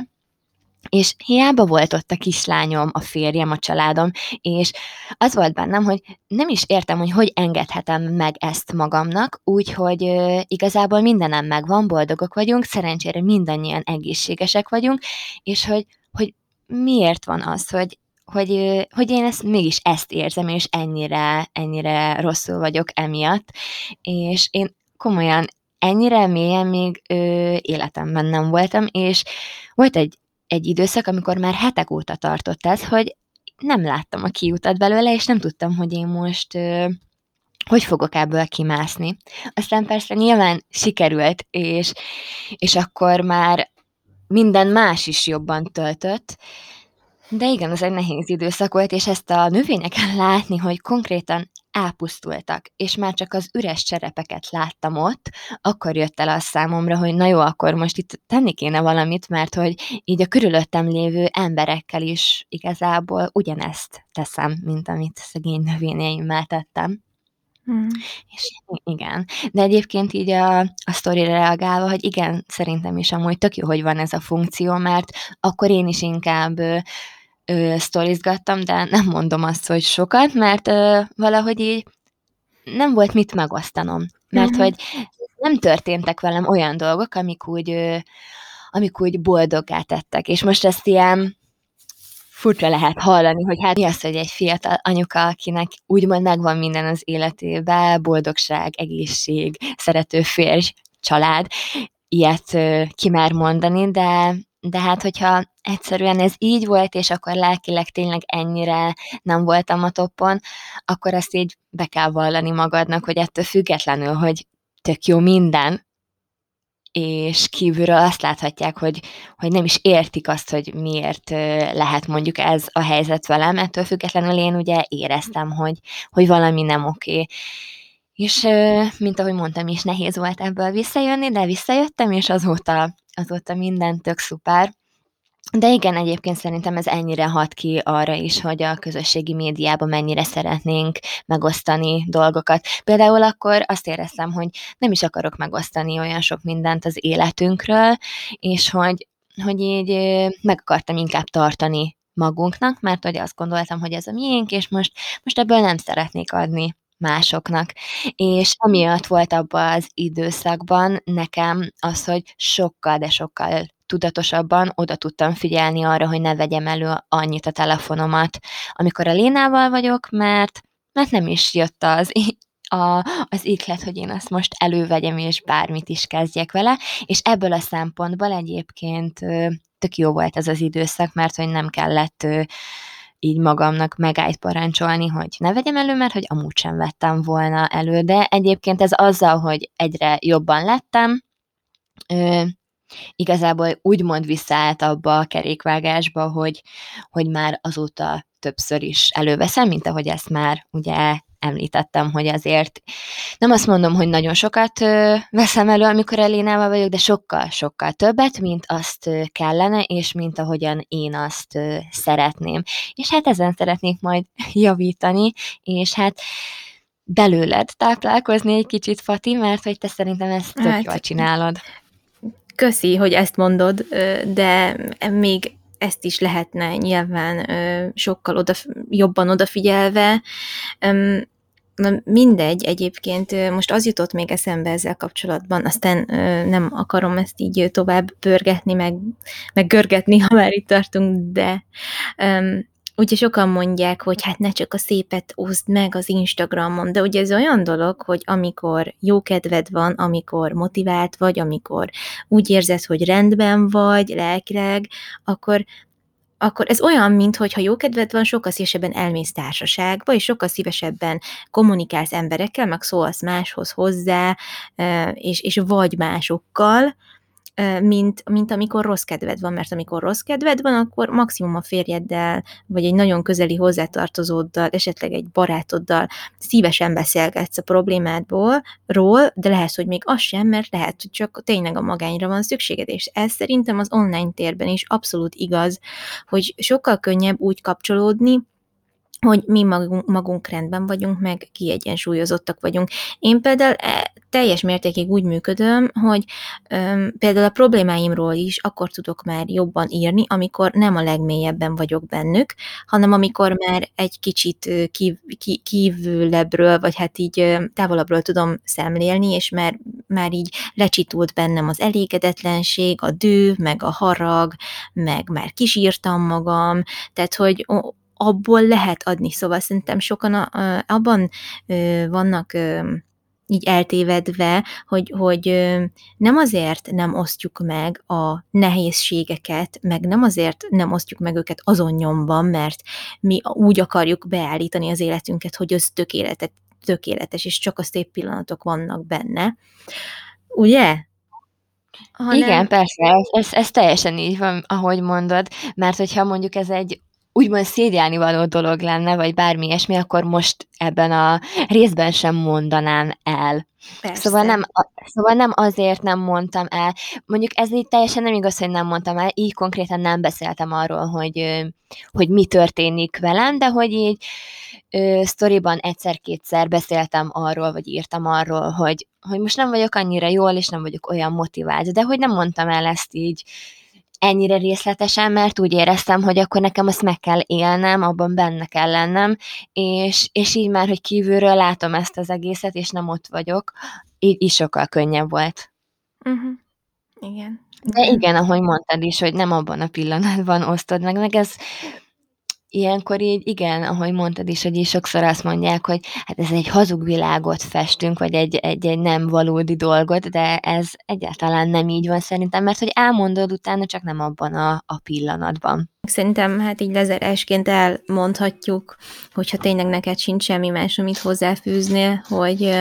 és hiába volt ott a kislányom, a férjem, a családom, és az volt bennem, hogy nem is értem, hogy hogy engedhetem meg ezt magamnak, úgyhogy ö, igazából mindenem megvan, boldogok vagyunk, szerencsére mindannyian egészségesek vagyunk, és hogy, hogy miért van az, hogy, hogy, ö, hogy én ezt, mégis ezt érzem, és ennyire, ennyire rosszul vagyok emiatt, és én komolyan ennyire mélyen még ö, életemben nem voltam, és volt egy egy időszak, amikor már hetek óta tartott ez, hogy nem láttam a kiutat belőle, és nem tudtam, hogy én most ö, hogy fogok ebből kimászni. Aztán persze nyilván sikerült, és, és akkor már minden más is jobban töltött, de igen, az egy nehéz időszak volt, és ezt a növényeken látni, hogy konkrétan elpusztultak, és már csak az üres cserepeket láttam ott, akkor jött el az számomra, hogy na jó, akkor most itt tenni kéne valamit, mert hogy így a körülöttem lévő emberekkel is igazából ugyanezt teszem, mint amit szegény növényeimmel tettem. Mhm. És igen. De egyébként így a a sztorira reagálva, hogy igen, szerintem is amúgy tök jó, hogy van ez a funkció, mert akkor én is inkább, ö, ö, sztorizgattam, de nem mondom azt, hogy sokat, mert, ö, valahogy így nem volt mit megosztanom. Mert Mhm. hogy nem történtek velem olyan dolgok, amik úgy, ö, amik úgy boldoggá tettek. És most ezt ilyen furcsa lehet hallani, hogy hát mi az, hogy egy fiatal anyuka, akinek úgymond megvan minden az életébe, boldogság, egészség, szerető férj, család, ilyet ö, kimer mondani, de de hát, hogyha egyszerűen ez így volt, és akkor lelkileg tényleg ennyire nem voltam a toppon, akkor azt így be kell vallani magadnak, hogy ettől függetlenül, hogy tök jó minden, és kívülről azt láthatják, hogy hogy nem is értik azt, hogy miért, ö, lehet mondjuk ez a helyzet velem. Ettől függetlenül én ugye éreztem, hogy hogy valami nem oké. És, ö, mint ahogy mondtam is, nehéz volt ebből visszajönni, de visszajöttem, és azóta azóta minden tök szuper. De igen, egyébként szerintem ez ennyire hat ki arra is, hogy a közösségi médiában mennyire szeretnénk megosztani dolgokat. Például akkor azt éreztem, hogy nem is akarok megosztani olyan sok mindent az életünkről, és hogy hogy így, ö, meg akartam inkább tartani magunknak, mert hogy azt gondoltam, hogy ez a miénk, és most most ebből nem szeretnék adni másoknak. És amiatt volt abban az időszakban nekem az, hogy sokkal, de sokkal tudatosabban oda tudtam figyelni arra, hogy ne vegyem elő annyit a telefonomat, amikor a Lénával vagyok, mert mert nem is jött az i a az ihlet, hogy én azt most elővegyem, és bármit is kezdjek vele, és ebből a szempontból egyébként, ö, tök jó volt ez az időszak, mert hogy nem kellett, ö, így magamnak megálljt parancsolni, hogy ne vegyem elő, mert hogy amúgy sem vettem volna elő. De egyébként ez azzal, hogy egyre jobban lettem, ö, igazából úgymond visszaállt abba a kerékvágásba, hogy hogy már azóta többször is előveszem, mint ahogy ezt már ugye említettem, hogy azért nem azt mondom, hogy nagyon sokat, ö, veszem elő, amikor Elénával vagyok, de sokkal, sokkal többet, mint azt, ö, kellene, és mint ahogyan én azt, ö, szeretném. És hát ezen szeretnék majd javítani, és hát belőled táplálkozni egy kicsit, Fati, mert hogy te szerintem ezt tök jól Hát csinálod. köszi, hogy ezt mondod, ö, de még ezt is lehetne nyilván ö, sokkal odaf jobban odafigyelve. Öm, na mindegy, egyébként ö, most az jutott még eszembe ezzel kapcsolatban, aztán ö, nem akarom ezt így tovább pörgetni, meg, meg görgetni, ha már itt tartunk, de öm, ugye sokan mondják, hogy hát ne csak a szépet oszd meg az Instagramon, de ugye ez olyan dolog, hogy amikor jó kedved van, amikor motivált vagy, amikor úgy érzed, hogy rendben vagy lelkileg, akkor akkor ez olyan, minthogyha jó kedved van, sokkal szívesebben elmész társaságba, és sokkal szívesebben kommunikálsz emberekkel, meg szólsz máshoz hozzá, ö, és és vagy másokkal, mint, mint amikor rossz kedved van, mert amikor rossz kedved van, akkor maximum a férjeddel, vagy egy nagyon közeli hozzátartozóddal, esetleg egy barátoddal szívesen beszélgetsz a problémádból, ról, de lehet, hogy még az sem, mert lehet, hogy csak tényleg a magányra van szükséged, és ez szerintem az online térben is abszolút igaz, hogy sokkal könnyebb úgy kapcsolódni, hogy mi magunk, magunk rendben vagyunk, meg kiegyensúlyozottak vagyunk. Én például teljes mértékig úgy működöm, hogy öm, például a problémáimról is akkor tudok már jobban írni, amikor nem a legmélyebben vagyok bennük, hanem amikor már egy kicsit kív, kív, kívülebbről, vagy hát így távolabbról tudom szemlélni, és már, már így lecsitult bennem az elégedetlenség, a düh, meg a harag, meg már kisírtam magam, tehát hogy abból lehet adni, szóval szerintem sokan a, a, abban ö, vannak ö, így eltévedve, hogy, hogy ö, nem azért nem osztjuk meg a nehézségeket, meg nem azért nem osztjuk meg őket azon nyomban, mert mi úgy akarjuk beállítani az életünket, hogy az tökéletes, tökéletes, és csak a szép pillanatok vannak benne. Ugye? Igen, Hanem... persze, ez, ez, ez teljesen így van, ahogy mondod, mert hogyha mondjuk ez egy úgymond szégyelni való dolog lenne, vagy bármi ilyesmi, akkor most ebben a részben sem mondanám el. Szóval Persze. nem, szóval nem azért nem mondtam el. Mondjuk ez így teljesen nem igaz, hogy nem mondtam el, így konkrétan nem beszéltem arról, hogy, hogy mi történik velem, de hogy így ö, sztoriban egyszer-kétszer beszéltem arról, vagy írtam arról, hogy, hogy most nem vagyok annyira jól, és nem vagyok olyan motivált, de hogy nem mondtam el ezt így ennyire részletesen, mert úgy éreztem, hogy akkor nekem azt meg kell élnem, abban benne kell lennem, és, és így már, hogy kívülről látom ezt az egészet, és nem ott vagyok, így is sokkal könnyebb volt. Uh-huh. Igen. De igen. igen, ahogy mondtad is, hogy nem abban a pillanatban osztod meg, meg ez ilyenkor így, igen, ahogy mondtad is, hogy így sokszor azt mondják, hogy hát ez egy hazug világot festünk, vagy egy, egy, egy nem valódi dolgot, de ez egyáltalán nem így van szerintem, mert hogy elmondod utána, csak nem abban a, a pillanatban. Szerintem hát így lezárásként elmondhatjuk, hogyha tényleg neked sincs semmi más, amit hozzáfűznél, hogy,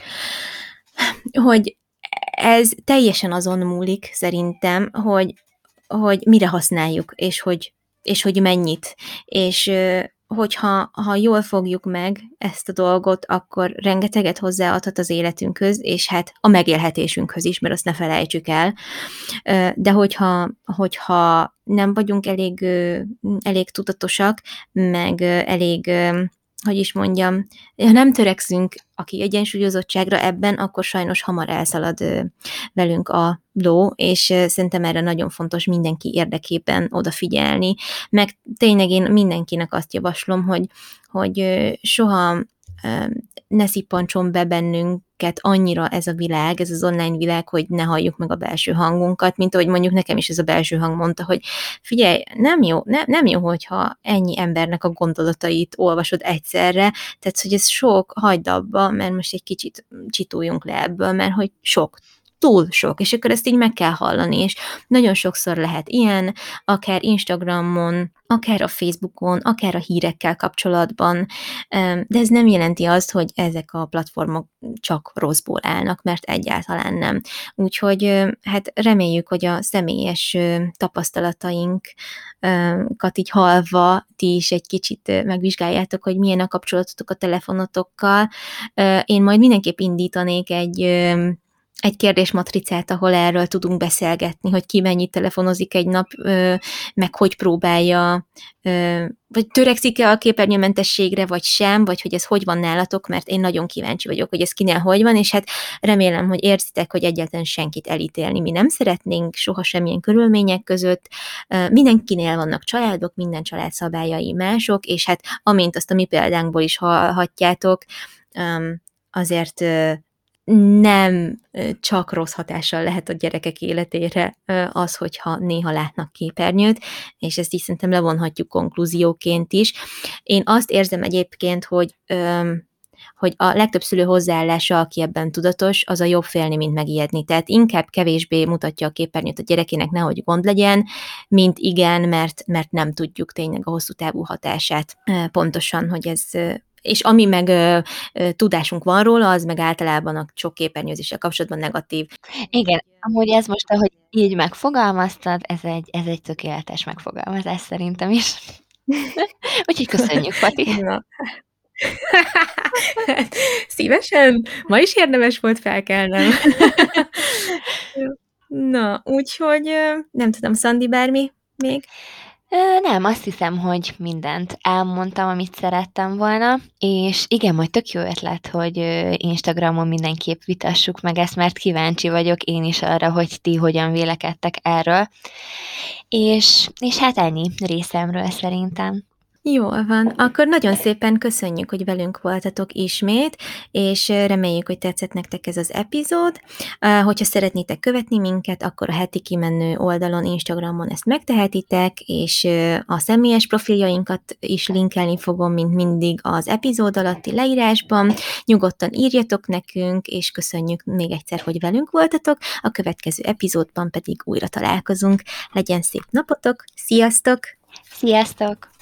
hogy ez teljesen azon múlik szerintem, hogy, hogy mire használjuk, és hogy, és hogy mennyit. És hogyha ha jól fogjuk meg ezt a dolgot, akkor rengeteget hozzáadhat az életünkhöz, és hát a megélhetésünkhöz is, mert azt ne felejtsük el. De hogyha, hogyha nem vagyunk elég, elég tudatosak, meg elég, hogy is mondjam, ha nem törekszünk a kiegyensúlyozottságra ebben, akkor sajnos hamar elszalad velünk a ló, és szerintem erre nagyon fontos mindenki érdekében odafigyelni. Meg tényleg én mindenkinek azt javaslom, hogy, hogy soha ne szippantson be bennünket annyira ez a világ, ez az online világ, hogy ne halljuk meg a belső hangunkat, mint ahogy mondjuk nekem is ez a belső hang mondta, hogy figyelj, nem jó, ne, nem jó, hogyha ennyi embernek a gondolatait olvasod egyszerre, tehát hogy ez sok, hagyd abba, mert most egy kicsit csituljunk le ebből, mert hogy sok, túl sok, és akkor ezt így meg kell hallani, és nagyon sokszor lehet ilyen, akár Instagramon, akár a Facebookon, akár a hírekkel kapcsolatban, de ez nem jelenti azt, hogy ezek a platformok csak rosszból állnak, mert egyáltalán nem. Úgyhogy hát reméljük, hogy a személyes tapasztalatainkat így hallva ti is egy kicsit megvizsgáljátok, hogy milyen a kapcsolatotok a telefonotokkal. Én majd mindenképp indítanék egy egy kérdésmatricát, ahol erről tudunk beszélgetni, hogy ki mennyit telefonozik egy nap, meg hogy próbálja, vagy törekszik-e a képernyőmentességre, vagy sem, vagy hogy ez hogy van nálatok, mert én nagyon kíváncsi vagyok, hogy ez kinél hogy van, és hát remélem, hogy érzitek, hogy egyáltalán senkit elítélni mi nem szeretnénk, soha semmilyen körülmények között. Mindenkinél vannak családok, minden család szabályai mások, és hát amint azt a mi példánkból is hallhatjátok, azért nem csak rossz hatással lehet a gyerekek életére az, hogyha néha látnak képernyőt, és ezt is szerintem levonhatjuk konklúzióként is. Én azt érzem egyébként, hogy, hogy a legtöbb szülő hozzáállása, aki ebben tudatos, az a jobb félni, mint megijedni. Tehát inkább kevésbé mutatja a képernyőt a gyerekének, nehogy gond legyen, mint igen, mert, mert nem tudjuk tényleg a hosszú távú hatását pontosan, hogy ez és ami meg ö, ö, tudásunk van róla, az meg általában a sok képernyőzéssel kapcsolatban negatív. Igen, amúgy ez most, ahogy így megfogalmaztad, ez egy ez egy tökéletes megfogalmazás szerintem is. Úgyhogy köszönjük, Pati. Na. Szívesen, ma is érdemes volt felkelnem. Na, úgyhogy nem tudom, Szandi, bármi még? Ö, nem, azt hiszem, hogy mindent elmondtam, amit szerettem volna, és igen, majd tök jó ötlet, hogy ö, Instagramon mindenképp vitassuk meg ezt, mert kíváncsi vagyok én is arra, hogy ti hogyan vélekedtek erről. És, és hát ennyi részemről szerintem. Jól van. Akkor nagyon szépen köszönjük, hogy velünk voltatok ismét, és reméljük, hogy tetszett nektek ez az epizód. Hogyha szeretnétek követni minket, akkor a Heti Kimenő oldalon, Instagramon ezt megtehetitek, és a személyes profiljainkat is linkelni fogom, mint mindig az epizód alatti leírásban. Nyugodtan írjatok nekünk, és köszönjük még egyszer, hogy velünk voltatok. A következő epizódban pedig újra találkozunk. Legyen szép napotok, sziasztok! Sziasztok!